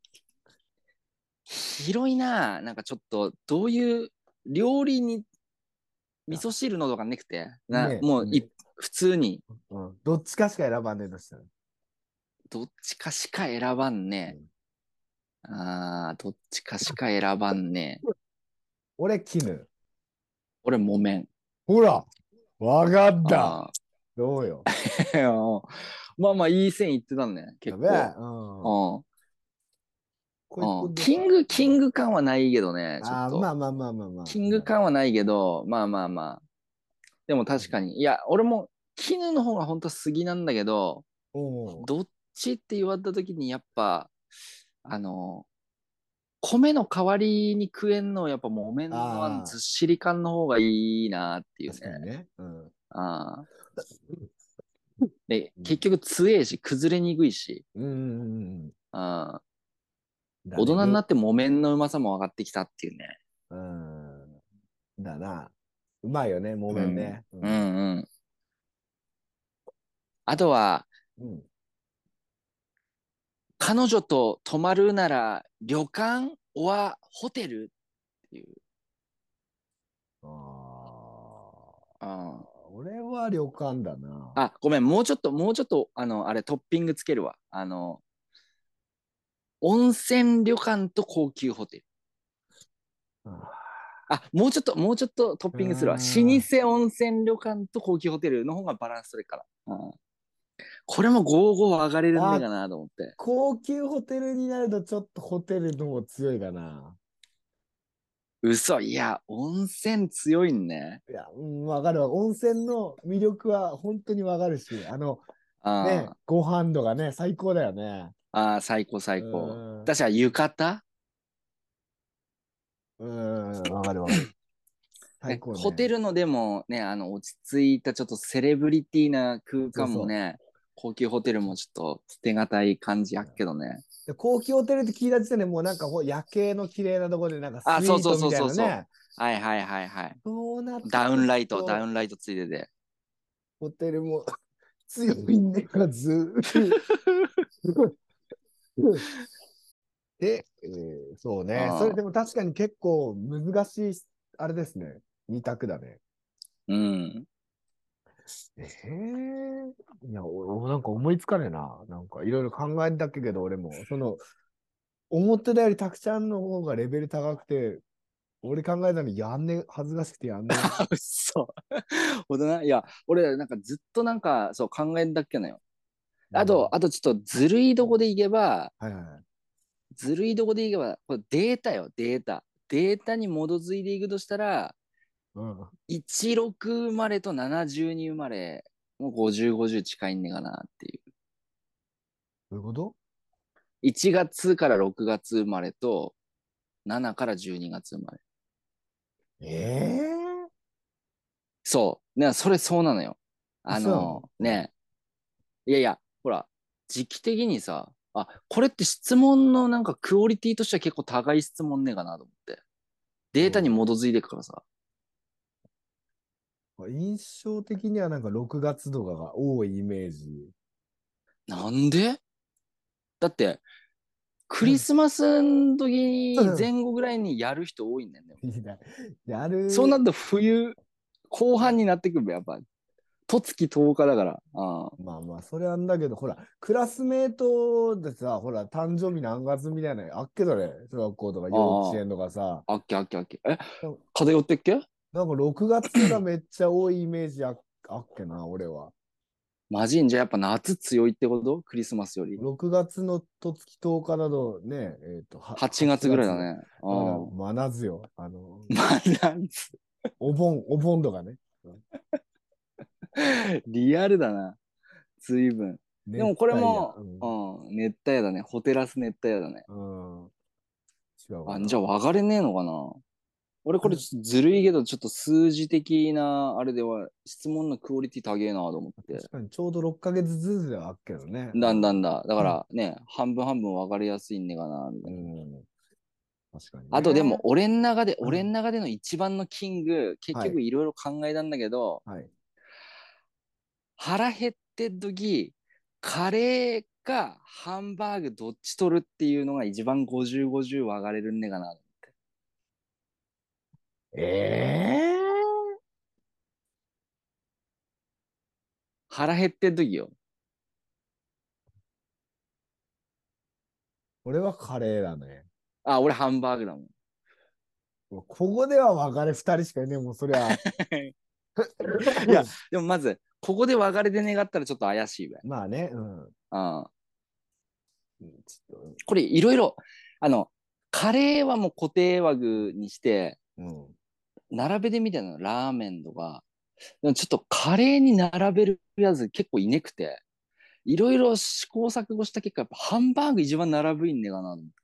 広いな。なんかちょっと、どういう料理に味噌汁のとかなくて。 ねえ、 もうね普通に、 うん、どっちかしか選ばねえとしたら。 どっちかしか選ばんね。 うん、 どっちかしか選ばんね。 俺、絹。 俺、木綿。 ほら、わかった。 あどうよ。 あ。まあまあ、いい線いってたね、 やべえ。 結構。 うん。 うん。うん。 こいつで、 キング感はないけどね、ちょっと。 まあまあまあまあまあ。 キング感はないけど、まあまあまあ。でも確かに。いや、俺も絹の方が本当は好きなんだけど、 おお。 どっちって言われた時にやっぱ、あの、米の代わりに食えんのやっぱ木綿のああ、 ずっしり感の方がいいなっていうね。 確かにね。うん。 ああ。で、 うん。 結局強えし、崩れにくいし、 うん。 ああ。 だね。 大人になって木綿のうまさも上がってきたっていうね。 うん。だな。うまいよね、木うん。 綿ね。ううん。 んうん。あとは、 うん。 彼女と泊まるなら旅館はホテルっていう。 ああ俺は旅館だな。 ごめん、もうちょっと、あれトッピングつけるわ。温泉旅館と高級ホテル。もうちょっとトッうピングするわ。老ん。 舗温泉旅館と高級ホテルの方がバランス取れるから。これも55上がれるんねえあ、 かなと思って。 高級ホテルになるとちょっとホテルの方強いかな。 嘘、いや、温泉強いんね。 いや、うん、わかるわ。温泉の魅力は本当にわかるし、ね、 あご飯とかね、最高だよね。 最高う最高。 ーん、 私は浴衣うーん、わかるわかる。最高ね。 ホテルのでもね、落ち着いたちょっとセレブリティな空そうそ間もね、高級ホテルもちょっと捨てがたい感じやっけどね。 う。で、高級ホテルって聞いた時点でもうなんか夜景の綺麗なところでなんかスそうそうイートみそうそうそたいなね。 う。はいはいはいはい。 そうなってくるダウと、 ンライトついてて。 ホテルも強いんでかず。そうね。それあでも確かに結構難しい、あれですね。二択だね。 うん。 いや、俺なんか思いつかねえな。なんかいろいろ考えたけど、俺も、思ってたよりたくちゃんの方がレベル高くて、 俺考えたのやんね、恥ずかしくてやんね。 あ、嘘。大人いや、俺なんかずっとなんかそう考えんだっけのよ。あとちょっとずるいとこでいけば、 はいはいはい。 ずるいとこでいけば、これデータよ、データ。データに基づいていくとしたら、 うん。 16生まれと72生まれ、もう50、50近いんねかなっていう。 どういうこと？ 1月から6月生まれと、7から12月生まれ。 ええそう。それそうなのよ。 嘘なの？ ねえ、いやいや、ほら、時期的にさ、これって質問のなんかクオリティとしては結構高い質問ねえかなと思って。データに基うづいていくからさ。 ん。印象的にはなんか6月とかが多いイメージ。 なんでだって、クリスマスの時に前後ぐらいにやる人多いんだよね。 いいな。やる。 そうなると冬後半になってくるやっぱ。とつき10日だから。 まあまあ、それなんだけど、ほら、クラスメートでさ、ほら、誕生日何月みたいなのあっけどね、小学校とか幼稚あ園とかさ、 あ、あっけあっけあっけ。え、 な偏ってっけ？ なんか6月がめっちゃ多いイメージあっけな、俺は。 マジんじゃやっぱ夏強いってことクリスマスより。 6月のとつき10日だとね、 8 8 月ぐらいだ月、 ね。 だからうん。 真夏よ。 まあ、なんつ、 お盆とかね。 リアルだな。随分。で熱もこれ帯夜。 も、熱帯夜だね。ホテラス熱帯夜だね。 うん。違うかじゃあな。 分かれねえのかな。俺これちょっとずるいけど、ちょっと数字的なあれでは質問のクオリティ高えなと思って。 確かにちょうど6ヶ月ずつではあっけどね。 だんだんだ。だからね、半分半分分かりやすいんねかな、みたういな。 ん。確かにあとでも、 ね。 俺ん中での一番のキング、結はい。 局いろいろ考えたんだけど、 はい。 腹減ってる時、カレーかハンバーグどっち取るっていうのが一番50、50分かれるんねかな。 ええ腹減ってる時よ。 俺はカレーだね。 俺ハンバーグだもん。 ここでは別れ2人しかいねえもん、そりゃ。 いや、でもまず、ここで別れで願ったらちょっと怪しいべ。 まあね、うん。 あちょっこれいろいろ、カレーはもう固定ワグにして、 と、 並べてみたのラーメンとか。でもちょっとカレーに並べるやつ結構いねくて、いろいろ試行錯誤した結果、やっぱハンバーグ一番並ぶいんねかなと思って。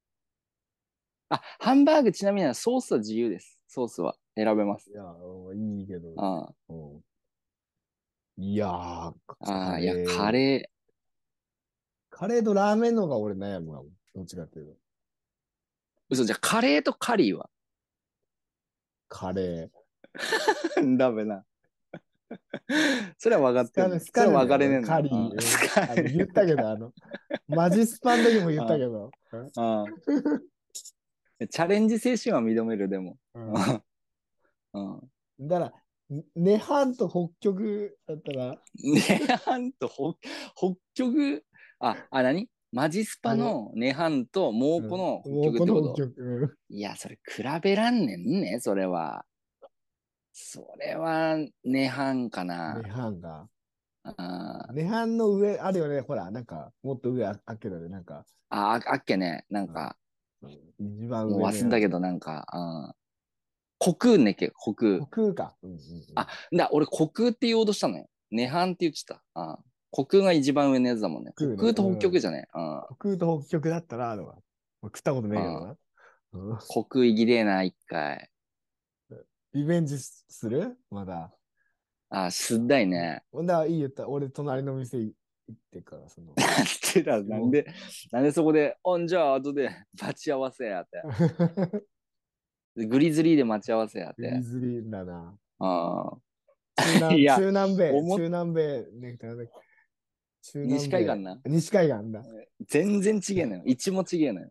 ハンバーグちなみにソースは自由です。ソースは選べます。 いや、いいけど、 あうんいやー、カいや、カレー。 レー。 カレーとラーメンの方が俺悩むかも。どっちかっていうと。 嘘、じゃあカレーとカリーは？ カレー。 ダメな。それは分かってんの。 好それは分かるね。俺、 かれねえのよ。 カリー。 スカ言ったけど、マジスパの時も言ったあけど。 あチャレンジ精神は認める、でも。 うん。 うん。 だから、ネハンと北極だったら、 ネハンと北極、何マジスパものネハンとモう、 ーコの北もうこの北極ってこと？ 極。 いや、それ比べらんねんね、それは。それはネハンかネな。 ハンが。 あネハンの上、あるよね。ほら、なんか、もっと上あっけどね。なんか、 あっけね。なんうんか、 一番もう上のやつ。 忘れたけど、虚空ねっけ、虚空。 虚空か。うんうん俺虚空って言おうとしたのよ。ネハンって言ってた。虚空が一番上のやつだもんね。虚虚空ね。 空と北うん。 極じゃね。 虚空と北極だったら、食ったことねえけどうん。 な。うん、 虚空行きでえな、一回。 リベンジするまだ。 すっだいね。 ほんだらいい言った。俺、隣の店行ってから、 なんで、なんでそこで、じゃあ後で待ち合わせやって。グリズリーで待ち合わせやっグリて。 ズリーだな。 あいや、思っ、 中南米、ね、中南米、 西海岸な。 西海岸だ。 全然違えのよ。一も違えのよ。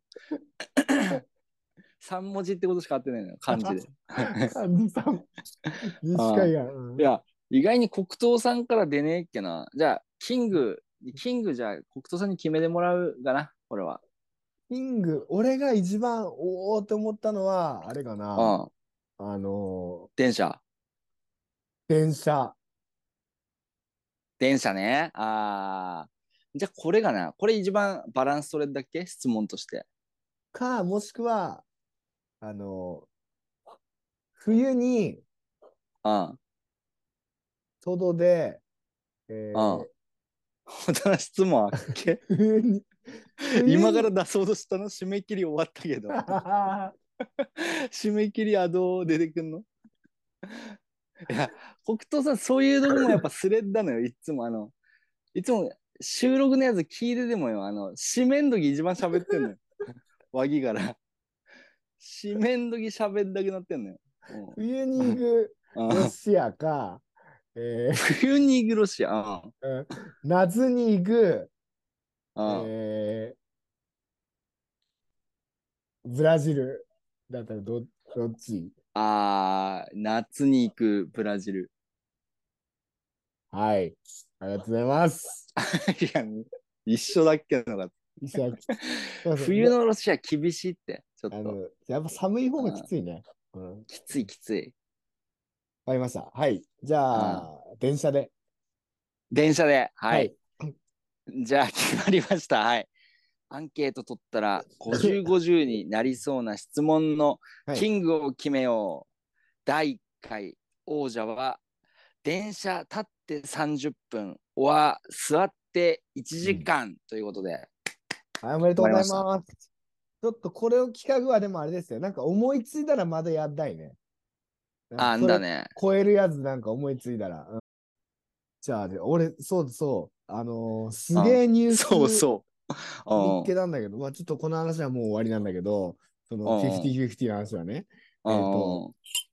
三文字ってことしか合ってないのよ。漢字で。 漢字さん、西あ海岸。うんいや、意外に黒糖さんから出ねえっけな。じゃあ、キングじゃあ黒糖さんに決めてもらうかな、これは。 キング、俺が一番おおって思ったのは、あれかな。 うん。 あの電車。 電車電車ね。ああ。じゃあこれがな。これ一番バランス取れだっけ質問として。 か、もしくは、あの冬にうん。うん。 外で、 本え当の質問あっけ冬に、冬に、 今から出そうとしたの締め切り終わったけど。締め切りはどう出てくんの？いや、北斗さん、そういうとこもやっぱスレッダのよ。いつもいつも収録のやつ聞いててもよ、締めん時一番喋ってんのよ。脇から。締めん時喋んだけなってんのよ。 冬に行うん。 くロうん。 シアか、 冬に行くロシア。 うん夏に行く、 うん。うん。 えブラジルだったらどっち？ 夏に行くブラジル。 はい。ありがとうございます。 いや、一緒だっけのか。 石垣。そうそう。 冬のロシア厳しいって、ちょっと。 やっぱ寒い方がきうん。 ついね。うん。わきついきつい。 かりました。はい。じうん。 ゃあ、電車で。 電車で、はい。 はい。 じゃあ、決まりました。はい。アンケート取ったら、50、50になりそうな質問のはい。 キングを決めよう。第1回王者は、電車立って30分は座って1 うん。 時間ということで、 はい、おめでとうござい決まりました。 ます。ちょっとこれを企画はでもあれですよ。なんか思いついたらまだやんないね。なんかあんそれだね。 超えるやつなんか思いついたら。うんじゃあ、俺、そうそう。すうん。 げえニュースそうそう。う見っん。 けたんだけど、まあちょっとこの話はもう終わりなんだけど、そのうん。 50-50の話はね。 うん。うん。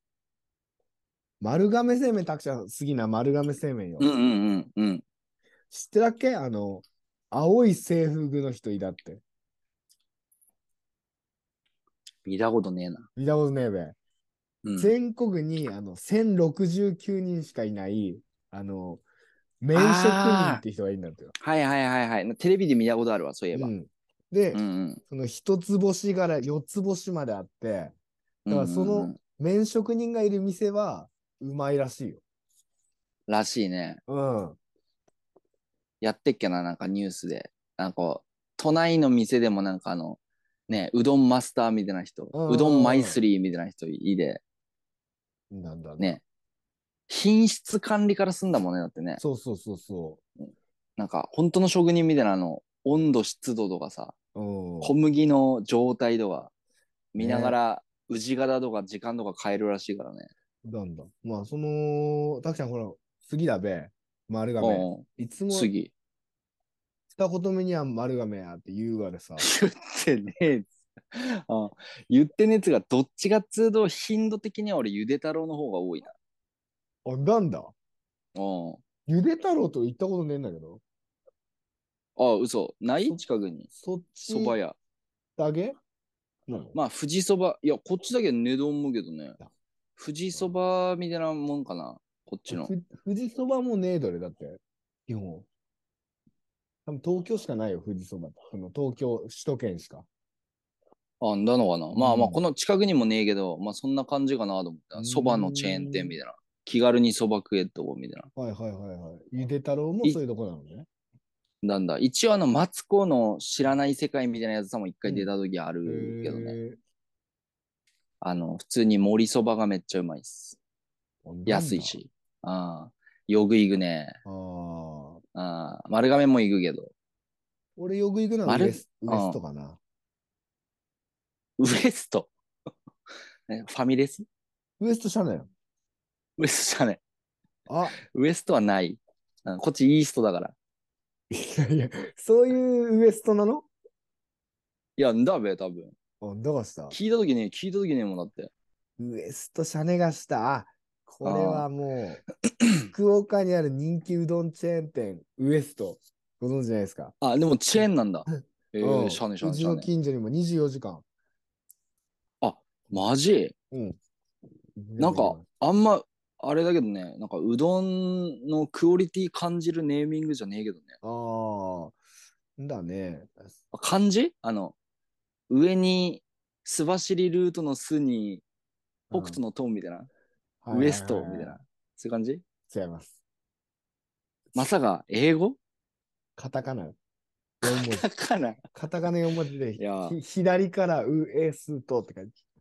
丸亀製麺たくさん好きな丸亀製麺よ。 うんうんうん。 知ってたっけ青い制服の人いたって。 見たことねえな。 見たことねえべ。 うん。 全国に1069人しかいない、あの、麺職人っあて人がいるんだってよ。 あ、はいはいはいはい。テレビで見たことあるわ、そういえば。 うん。で、 うんうん。 その一つ星から四つ星まであって、だからうんそのうんうん。 麺職人がいる店はうまいらしいよ。 らしいね。 うん。うんやってっけな、なんかニュースで。なんか、都内の店でもなんかね、うどんマスターみたいな人、 ううどんマイんうん。 スリーみたいな人いで、 なんだな。 ね、品質管理からすんだもんね、だってね。 そうそうそうそなんか、本当の職人みたいな温度、湿度とかさ、 う。うん。 小麦の状態とか見ながね。 ら、宇治型とか時間とか変えるらしいからね。 なんだ。まあ、たくちゃんほら、次だべ。丸亀。 うん。 いつも次。 二言目には丸亀やって言うがでさ。 言ってねえ。あ、言ってねえつが、どっちが通道頻度的には俺、ゆで太郎の方が多いな。 あ、なんだ。 うん。 ゆで太郎と言ったことねえんだけど。 あ、嘘。ないそ、 近くに。 そっち蕎麦屋。 だけなの？ まあ、富士蕎麦。いや、こっちだけ値段もけどね。 あ富士蕎麦みたいなもんかな。こっちの。 富士そばもねえどれだって。基本。多分東京しかないよ、富士そば。東京、首都圏しか。 あんだのかな。まあまあ、 うん。 この近くにもねえけど、まあそんな感じかなと思っうーた。蕎麦のチェーン店みたいん。 な。気軽に蕎麦食えっとこみたいな。 はいはいはいはい。ゆで太郎もい、 そういうとこなのね。 なんだ。一応マツコの知らない世界みたいなやつさも一回出うん。 た時あへるけどね。 え普通に盛り蕎麦がめっちゃうまいっす。 ー。なんだ。 安いし。ああ。よく行くね。 ああ。 ああ。丸亀も行くけど。 俺よく行くのはウエスうん。 トかな。 ウエスト。ファミレスウエスト社内よ。 ウエストじゃねあ、 ウエストはない。うん、こっちイーストだから。 いやいや、そういうウエストなの？ いや、んだべ、多分。 あ、どうした？ 聞いた時ねもんだって。 ウエストシャネがした。あ、これああ。 はもう、福岡にある人気うどんチェーン店、ウエスト。ご存知ないですか？ あ、でもチェーンなんだ。 うん。 しゃねしゃうちのねしゃね。 近所にも24時間。 あ、マジうん。でなんか、 もいいわ。 あんま、あれだけどね、なんかうどんのクオリティ感じるネーミングじゃねえけどね。 ああ、だね。 漢字上に、須走りルートの須に、 うん。 北斗の塔みたいな。 はいはいウエスはいはい。 トみたいな。そういう感じ。 違います。 まさか、英語。 カタカナカ 4文字。 タカナ。いカタカナ4文字で、 や、 左からウエストって感じ。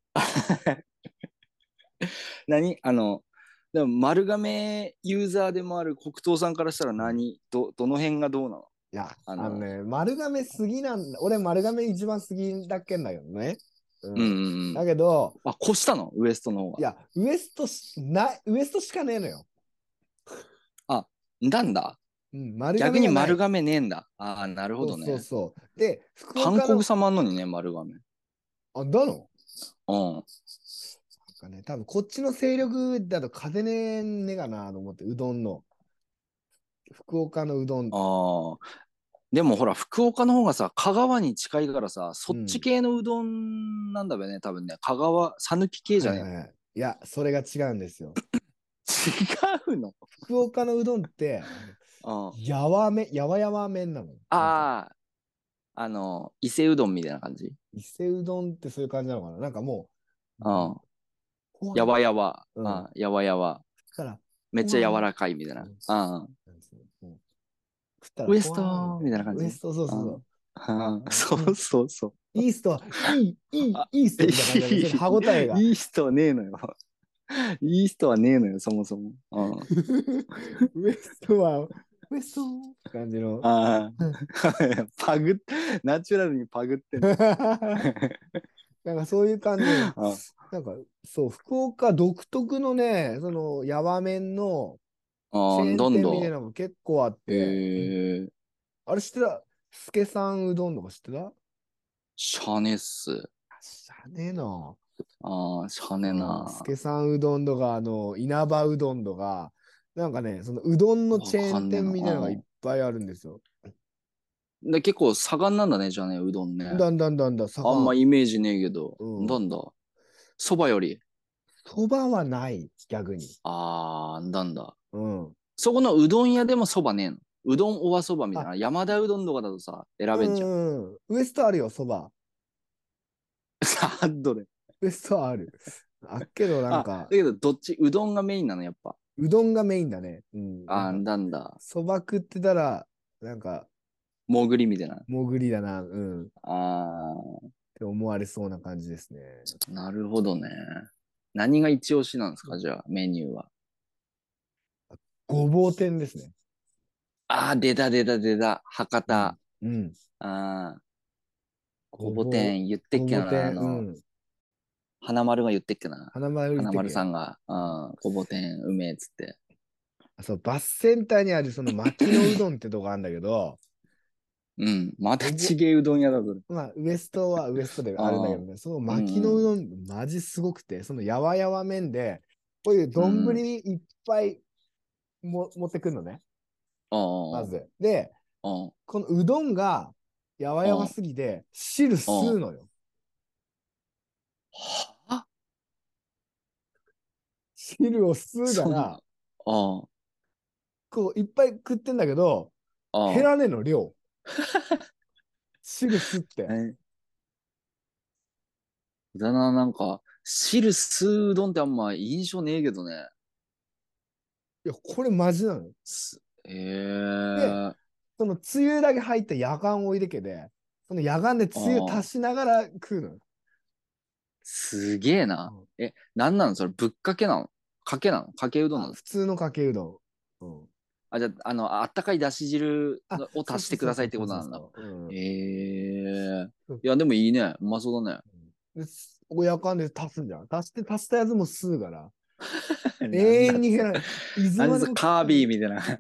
でも丸亀ユーザーでもある黒糖さんからしたらうん。 どの辺がどうなの？ いや、 あの、 丸亀好きなんだ。俺、丸亀一番好きだっけんだよね。ううんうん。 んうん。 だけど、 あ、越したのウエストの方が。 いや、ウエストしかねえのよ。 あ、なんだ。 うん、丸逆に亀がない。 丸亀ねえんだ。ああ、なるほそうそうどね。 そう。で、福韓岡の、 国様あんのにね、丸亀。 だのうん。 なんかね、多分こっちの勢力だと風ねねがなと思って、うどんの。福岡のうどん。 ああ。でもほら、福岡の方がさ、香川に近いからさ、そっちうん。 系のうどんなんだべね、多分ね。香川、讃岐系じゃねえの。 はいはいはい。いや、それが違うんですよ。 違うの。 福岡のうどんって、 うん。 やわやわ麺なの。なんか、 ああ、伊勢うどんみたいな感じ。 伊勢うどんってそういう感じなのかな。なんかもう、 うん。やほわ、 わやわ。 うん。 あやわやわ。 食ったら、 めっほわ、 ちゃ柔らかいみたいな。 うん。 うん。 なんですよ。うん。食ったら、 ウエスほわーみトみたいな。 たいな感じ。 ウエスト、そううん。 そうそう。あ、 そうそうそう。 イーストは、 あ、 イーストみたいな感じなんで、それ歯応えが。 いい人はねえのよ。いい人はねえのよ、そもそも。うん。 ウエストは、ウエストって感じの。 ああ。ナチュラルにパグってんの。 なんかそういう感じの、 あなんかそう、福岡独特のね、その、やわ麺のチあ、 ェーン店みたいなんだ。 なのが結構あっへて、 え、 あれ知ってた？助さんうどんとか知ってた？ シャネっす。 知らねえの。 ああ、シャネな。 助さんうどんとか、稲葉うどんとか、なんかね、そのうどんのわチェーンかんねえな。 店みたいなのがいっぱいあるんですよ。 結構盛んなんだね、じゃあね、うどんね。 だんだんだんだんあん盛ん。 まイメージねえけど。 うん。 なんだ。そばより。 そばはない、逆に。 ああ、なんだ。 うん。 そこのうどん屋でもそばねえの？うどんおわそばみたいあ、 な。山田うどんとかだとさ、選うべんじゃん。 ん。ウエストあるよ、そば。 サッドで。 ウエストはある。あっけどなんあ、だか、 けどどっちうどんがメインなの、やっぱ。 うどんがメインだね。うん。なんああ、 か、 なんだ。 そば食ってたら、なんか、 潜りみたいな。 潜りだな、うん。っあて思われそうな感じですね。 あ、なるほどね。何が一押しなんですか、じゃあ、メニューは。 ごぼう天ですね。 ああ、出た。博うん。 多。 うん。 ああ、ごぼごぼう、 天言ってっけな、 ごぼう天、うん。 花丸が言ってっけな。 花丸言っ花てけ。 丸さんが、ごぼ天うめえっつって。 そう、バスセンターにあるその牧野うどんってとこあるんだけど、 うん。またごぼ、 ちげえうどん屋だぞ。 まあ、ウエストはウエストであるんだけああ、 どね、その牧うんうん。 野うどん、マジすごくて、そのやわやわ麺で、こういううん。 丼にいっぱい持ってくるのね、 ああ、 まず。で、 ああ、 このうどんがやわやわあすぎて、汁あ、ああ。 吸うのよ。 は汁を吸うかそんな。 ら、 あこう、いっぱい食ってんだけど、 あ、あ減らねえの、量。汁吸って。 あ。だな、なんか、汁吸ううどんってあんま印象ねえけどね。 いや、これマジなのよ。 へで、 え。 そのつゆだけ入った夜間おいでけで、その夜間であつゆ足あ、 しながら食うのよ。 すげえな。 うん。 なんなのそれ、ぶっかけなの？かけなの？かけうどんなあ、 の？ 普通のかけうどん。うん。 あ、じゃあ、あったかいだし汁あ、 をそう足してくださいそうそうそうってことなんだ。 そうそう。うん。 へえ。 そういや、でもいいね。うまそうだね。 で、夜間で足すんじゃん。足したやつも吸うから。 なん永だっつうの。 遠に減らない。いつなんでまでも食ってる。 カービィみたいな。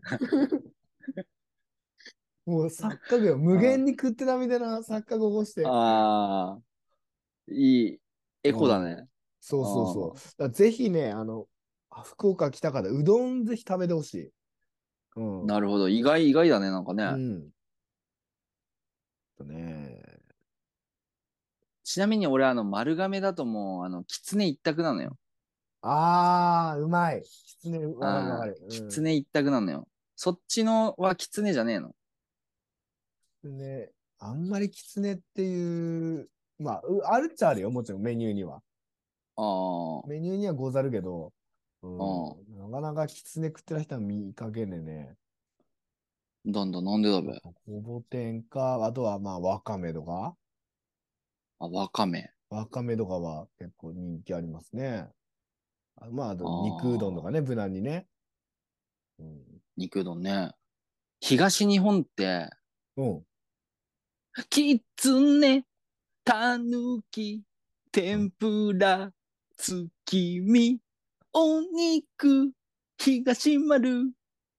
もう錯覚よ。無あ限に食ってたみたいな錯覚を起こして。 あー、いい。エコだうん。 ね。 そうそうそう。 ああ、 だからぜひね、福岡来た方、うどんぜひ食べてほしい。うん。 なるほど。意外だね、なんかね。 うん。とね。 ちなみに俺、丸亀だともう、きつね一択なのよ。 ああ、うまい。きつね、わかるわかああ、 る。 きうん。 つね一択なのよ。そっちのはきつねじゃねえの？ ね、あんまりきつねっていう。 まあ、あるっちゃあるよ、もちろんメニューには。 あメニューにはござるけど、 あ、 なかなかきつね食ってる人は見かけねえね。 なんでだべ。 なんかごぼ天か、あとはまあ、わかめとか。 あ、わかめ。 わかめとかは結構人気ありますね。まあ、ああと肉うどんとかあ、 ね、無難にね。うん。 肉うどんね。東日本って、 うん。 きつね、たぬき、天ぷら、月見、お肉、東丸、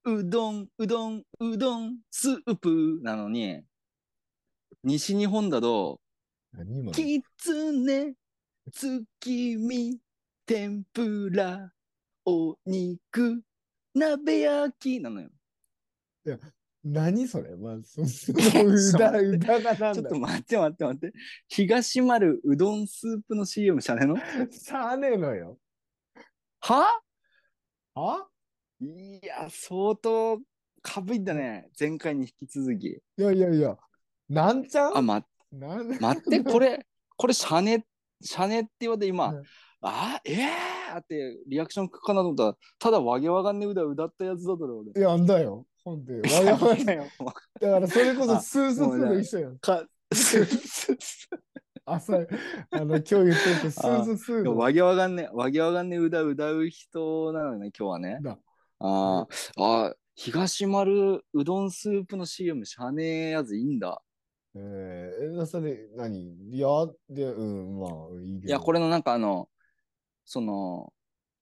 うどん、スープなのに、西日本だと、 何今の。 きつね、月見、天ぷら、お肉、鍋焼きなのよ。 いや、何それ、まあ、そいや、 のち歌がなょっんだ。 と待って待って待って。東丸うどんスープの CM しゃねのしゃあねえのよ。 ははいや、相当かぶいんだね。前回に引き続き。 いやいやいや、なんちゃんあ、 なん、 待って、これ、シャネって言われて今、ってリアクションくかなと思ったら、ただわけわかんねえ歌ったやつだったら俺。いいや、あんだよ。ほんで、わや、 がまま。 いやいや、 だから、それこそ、 あ、 スースースーともうね、 一緒やん。 か、すすす朝、今日言ってると、スーあ、 スースーの、 わけわかんねえ、わけわかんねえ歌う人なのね、今日はね。 だ。 あえ、 東丸うどんスープの CM しゃねえやついいんだ。 それ、いや、で、まあ、いいいや、こけど。 れのなんかその、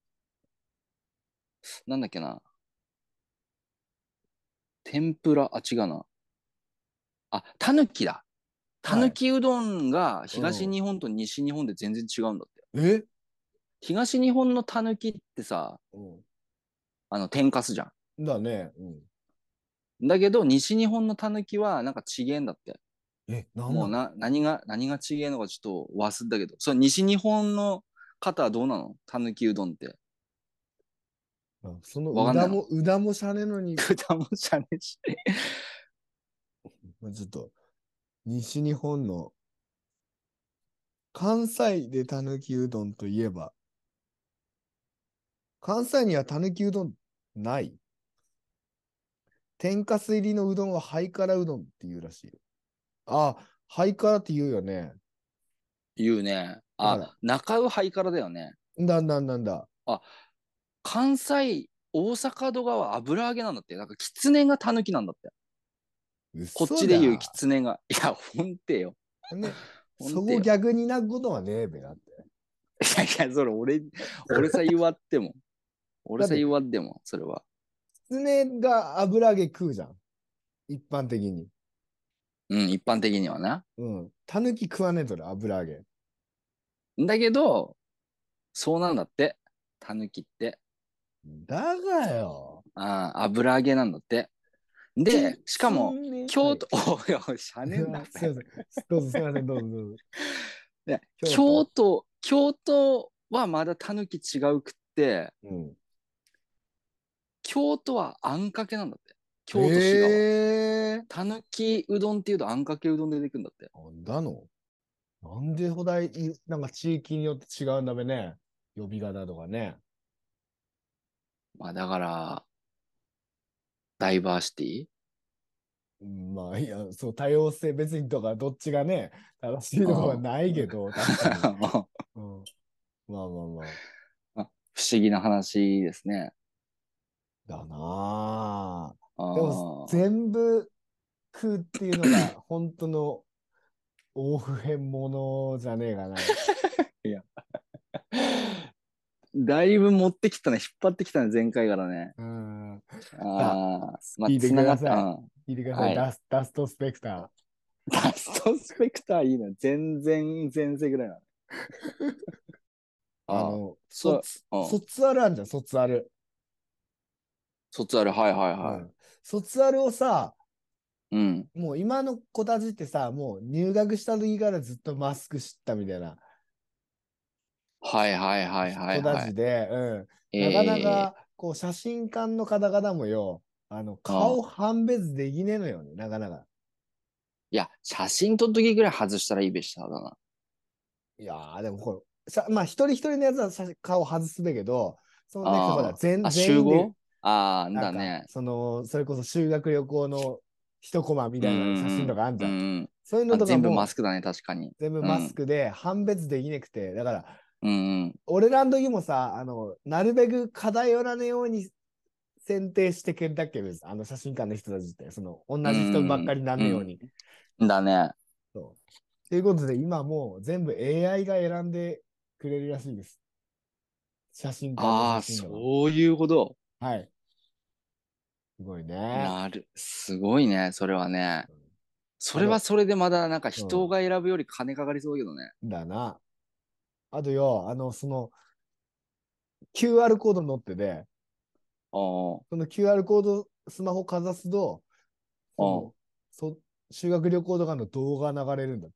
なんだっけな、天ぷら、違うな。たぬきだ。たはい。 ぬきうどんがうん。 東日本と西日本で全然違うんだって。 え東日本のたぬきってさ、 う天かすじゃん。だね。うん。 ん。だけど、西日本のたぬきはなんかちげえんだって。 なんなん。 もう何がちげえのかちょっと忘れたけど、その西日本の方はどうなのたぬきうどんって。 そのわかんないの？ うだもしゃねのに、 歌もしゃねえし。 まあ、ちょっと、西日本の、関西でたぬきうどんといえば、関西にはたぬきうどんない。天かす入りのうどんはハイカラうどんっていうらしいよ。あ、ハイカラって言うよね。 言うね。 だから、 中尾ハイカラだよね。 なんだ。 あ、関西、大阪戸川油揚げなんだって。なんか、きつねがたぬきなんだって。こっ嘘ちで言うきだ。 つねが。いや、ほんてよ。 ね、そこほんてよ。 逆になくことはねえべだって。 いや、それ俺さ言わっても。俺だって、 さ言わっても、それは。 キツネが油揚げ食うじゃん。一般的に。 うん、一般的にはな。 うん。たぬき食わねえとる、油揚げ。 だけど、そうなんだって。たぬきって。 だがよ。 油揚げなんだって。で、しかつも、 ね。はい。 京都、おい、しゃねえんだすいぜ。 ません。どうぞすいません。どうぞどうぞ。 で、 京都京都はまだたぬき違うくって、 うん。 京都はあんかけなんだって。京都滋賀は。 ええたぬきうどんっていうとあんかけうどんで出てくるんだって。 なんだのなんでなんか地域によって違うんだべね。呼び方とかね。 まあだから、ダイバーシティ。 うんまあ、いや、そう、多様性別にとか、どっちがね、正しいとかはうん。 ないけど、確かに。うん。まあまあまあ。 不思議な話ですね。 だなあ。 あでも、 ー全部食うっていうのが、本当の大普遍ものじゃねえかな。 いや、だいぶ持ってきたね。引っ張ってきたね、前回からね。 うん。さあ、 まあ、 聞いてくつながった。 ださい。 うん。 聞いてください。 はい。 ダストスペクタダストスペクターいいね。全然前世ぐらいなの。 ー。 ああ、そう、うん。 卒アルあんじゃん、卒アル。 卒ある、はいはいはうん。卒アルをさ、 い。うん。 もう今の子たちってさ、もう入学した時からずっとマスクしたみたいなはいはいはいはい子たはい。 ちで、なかなええかこう写真館の方々もよ、 うん。 顔判別できねえのよね、なかなか。 いや、写真撮るときぐらい外したらいいべしただな。 いやー、でもこれ、まあ一人一人のやつは顔外すべけど、そのね、ほら、 ああ、あ、 全員で、 集合ああ、 なんか、 だね。 それこそ修学旅行の一コマみうんたいな写真とかあんじうんうん。うゃん。 んうん。 そういうのあ、全部マとかも、 スクだね、確かに。 全部マスうん。 クで判別できなくて、だから、 うんうん。 俺らの時もさ、なるべく偏らぬように選定してくれたっけです。写真館の人たちって、同うんじ人ばっうんかりなんうん。 のように。 うん。だね。 そう。ということで、今もう全部 AI が選んでくれるらしいです。写真館のああ、 写真とか。 そういうこと。 はい。すごいね。 すごいね、それはね。そあと、 れはそれでまだなんかうん。 人が選ぶより金かかりそうだけどね。 だな。あとよ、QR コードに載ってて、 ああ、 その QR コードスマホかざすと、そあの、そ、修学旅行とかの動画流れるんだって。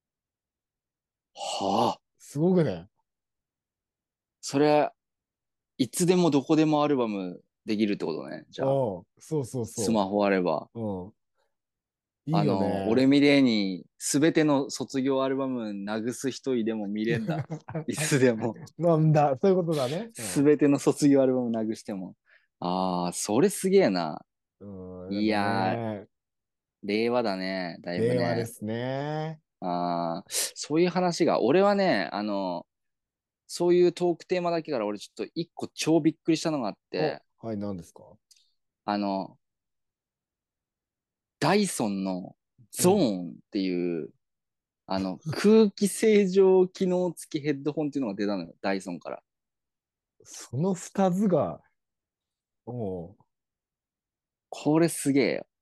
はあ。 すごくね。 それ、いつでもどこでもアルバムできるってことね。じゃあ、 うん。そうそうそスマホあれば。 う。うん。いいよね。 俺みれにすべての卒業アルバムなぐす一人でも見れんだ。いつでも。 なんだ、そういうことだね。 すべての卒業アルバムなぐしても。ああ、それすげえな。 うん。 いなんかやー、 ね、 令和だね。だいぶね。 令和ですね。 ああ、そういう話が、俺はね、そういうトークテーマだけから俺ちょっと一個超びっくりしたのがあっお、 て、 はい、何ですか？ あの、ダイソンのゾうん。 ーンっていう、空気清浄機能付きヘッドホンっていうのが出たのよ、ダイソンから。 その二つが、おう、 これすげえよ。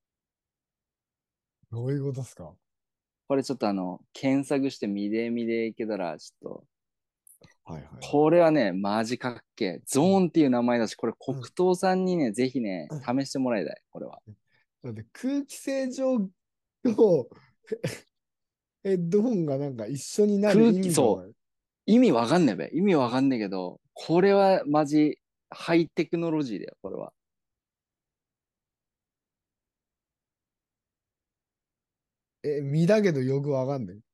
どういうことですか？ これちょっと検索して見でいけたら、ちょっと、 はいはいはこれはね、マジかっけえ。ゾい。 ーンっていう名前だし、これ黒うん。 糖さんにね、ぜひね、試してもらいたい、これは。 だって空気清浄とヘッドホンがなんか一緒になる意味がわかる。 意味わかんねえべ。意味わかんねえけど、これはマジハイテクノロジーだよ、これは。 身だけどよくわかんない。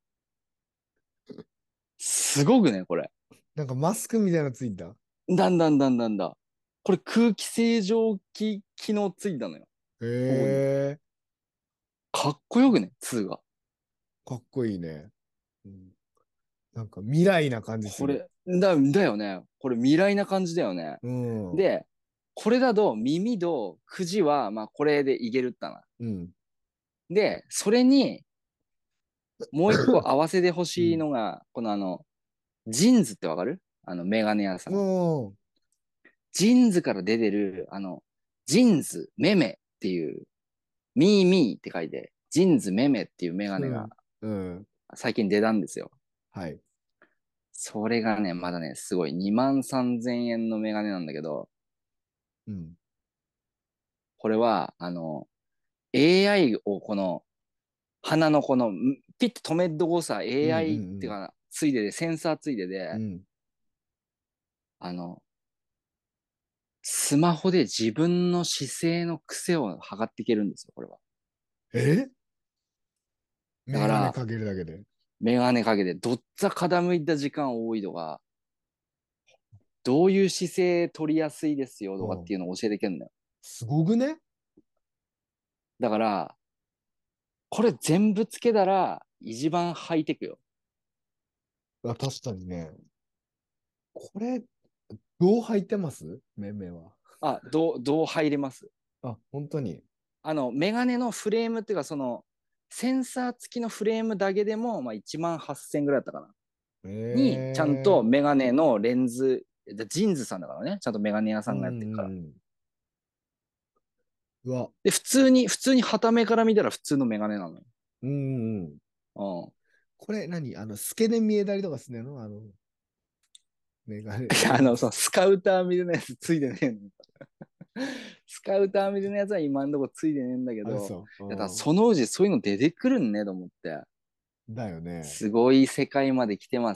すごくね、これ。 なんかマスクみたいなのついた。 だんだ。これ空気清浄機機能ついたのよ、 へここに。 え、 かっこよくね、2が。 かっこいいね。うん、なんか未来な感じする。 だよね。これ未来な感じだよね。 うん。うん。 で、これだと耳と口は、まあこれでいけるったな。で、それにもう一個合わせてほしいうん。 のが、このジンズってわかる？メガネ屋さん。 もジンズから出てる、ジンズメメっていう、ミーミーって書いて、ジンズメメっていうメガう、 ネがうん。うん。 最近出たんですよ。 はい。 それがね、まだね、すごい2万3000円のメガネなんだけど、 うん。 これは、AI をこの鼻のこのピッと止めるとこさ、 うん。う AI っていうん。 か、ついでで、センサーついでで、 うん。 あの、スマホで自分の姿勢の癖を測っていけるんですよ、これは。 え、 だから、 メガネかけるだけで。 メガネかけて、どっち傾いた時間多いとか、どういう姿勢取りやすいですよとかっうん。 ていうのを教えてけんのよ。 すごくね？ だから、これ全部つけたら、一番ハイテクよ。 あ、確かにね。これ、どう入ってますめめは？ どう入れます？ あ、本当に。 メガネのフレームっていうか、センサー付きのフレームだけでも、まあ、1万8000ぐらいだったかな。に、ちゃんとええ、 メガネのレンズ、ジンズさんだからね。ちゃんとメガネ屋さうんんがやってるから。 うんうん。うわ、 で、普通に旗目から見たら普通のメガネなのよ。 うんうんうん。 うん。 これ何透けで見えたりとかすねのメガネ、レンズ。 スカウターみたいなやつついてねえの。スカウターみたいなやつは今んとこついてねえんだけあ、 ど、 そだからう。 そのうちそういうの出てくるんねと思って、 だよね。 すごい世界まで来てます。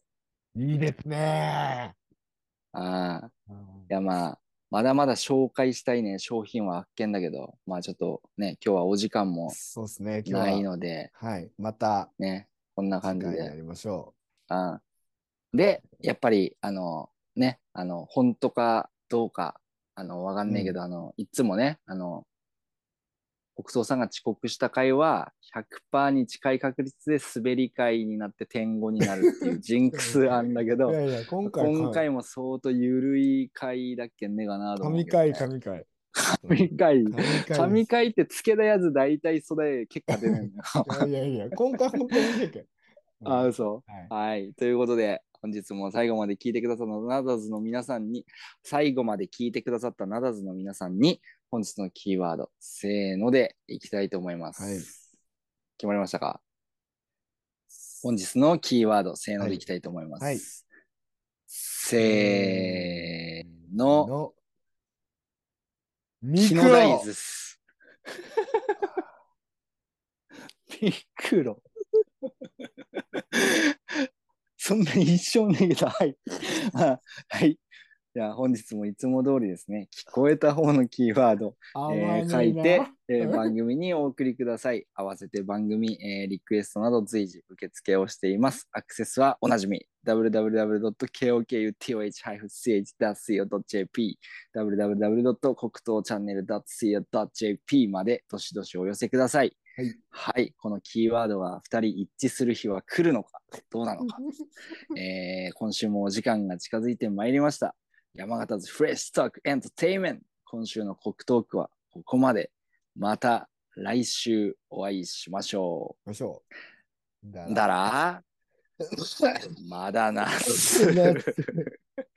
いいですね。 ああ。 うん、 いやまあ、まだまだ紹介したいね、商品は発見だけど、まあちょっとね、今日はお時間もそうですね。今日ないは、 ので、 はい。またね、こんな次感じで。 回やりましょう。 で、やっぱり、本当かどうか、わかんないけど、いつもね、北斗さんが遅刻した回は100%に近い確率で滑り会になって点5になるっていうジンクスあんだけど、 いやいや、今回も相当緩い回だっけねかなと思う神けどね。 回、神回。 神回。 神回です。 神回ってつけたやつ大体それ結果出ないんだよ。 いやいやいや、今回本当面白いけど。 あ、嘘。 はい。 はい。ということで、本日も最後まで聞いてくださったナダズの皆さんに、最後まで聞いてくださったナダズの皆さんに、本日のキーワード、せーのでいきたいと思います。 はい。 決まりましたか？本日のキーワード、せーのでいきたいと思います。 はい。 せーの。 ミ木の大クロ。 豆っす。ミクロ。そんな一生ねげた。はい。はい。じゃあ本日もいつも通りですね、聞こえた方のキーワード、書いて、番組にお送りください。合わせて番組、リクエストなど随時受付をしています。アクセスはおなじみ www.kokuth-ch.co.jp www. 国東チャンネル .co.jp までどしどしお寄せください。 はい、 はい、このキーワードは2人一致する日は来るのかどうなのか、今週もお時間が近づいてまいりました。山形ズフレッシュトークエンターテインメント、今週の国トークはここまで。また来週お会いしましょう。だらまだな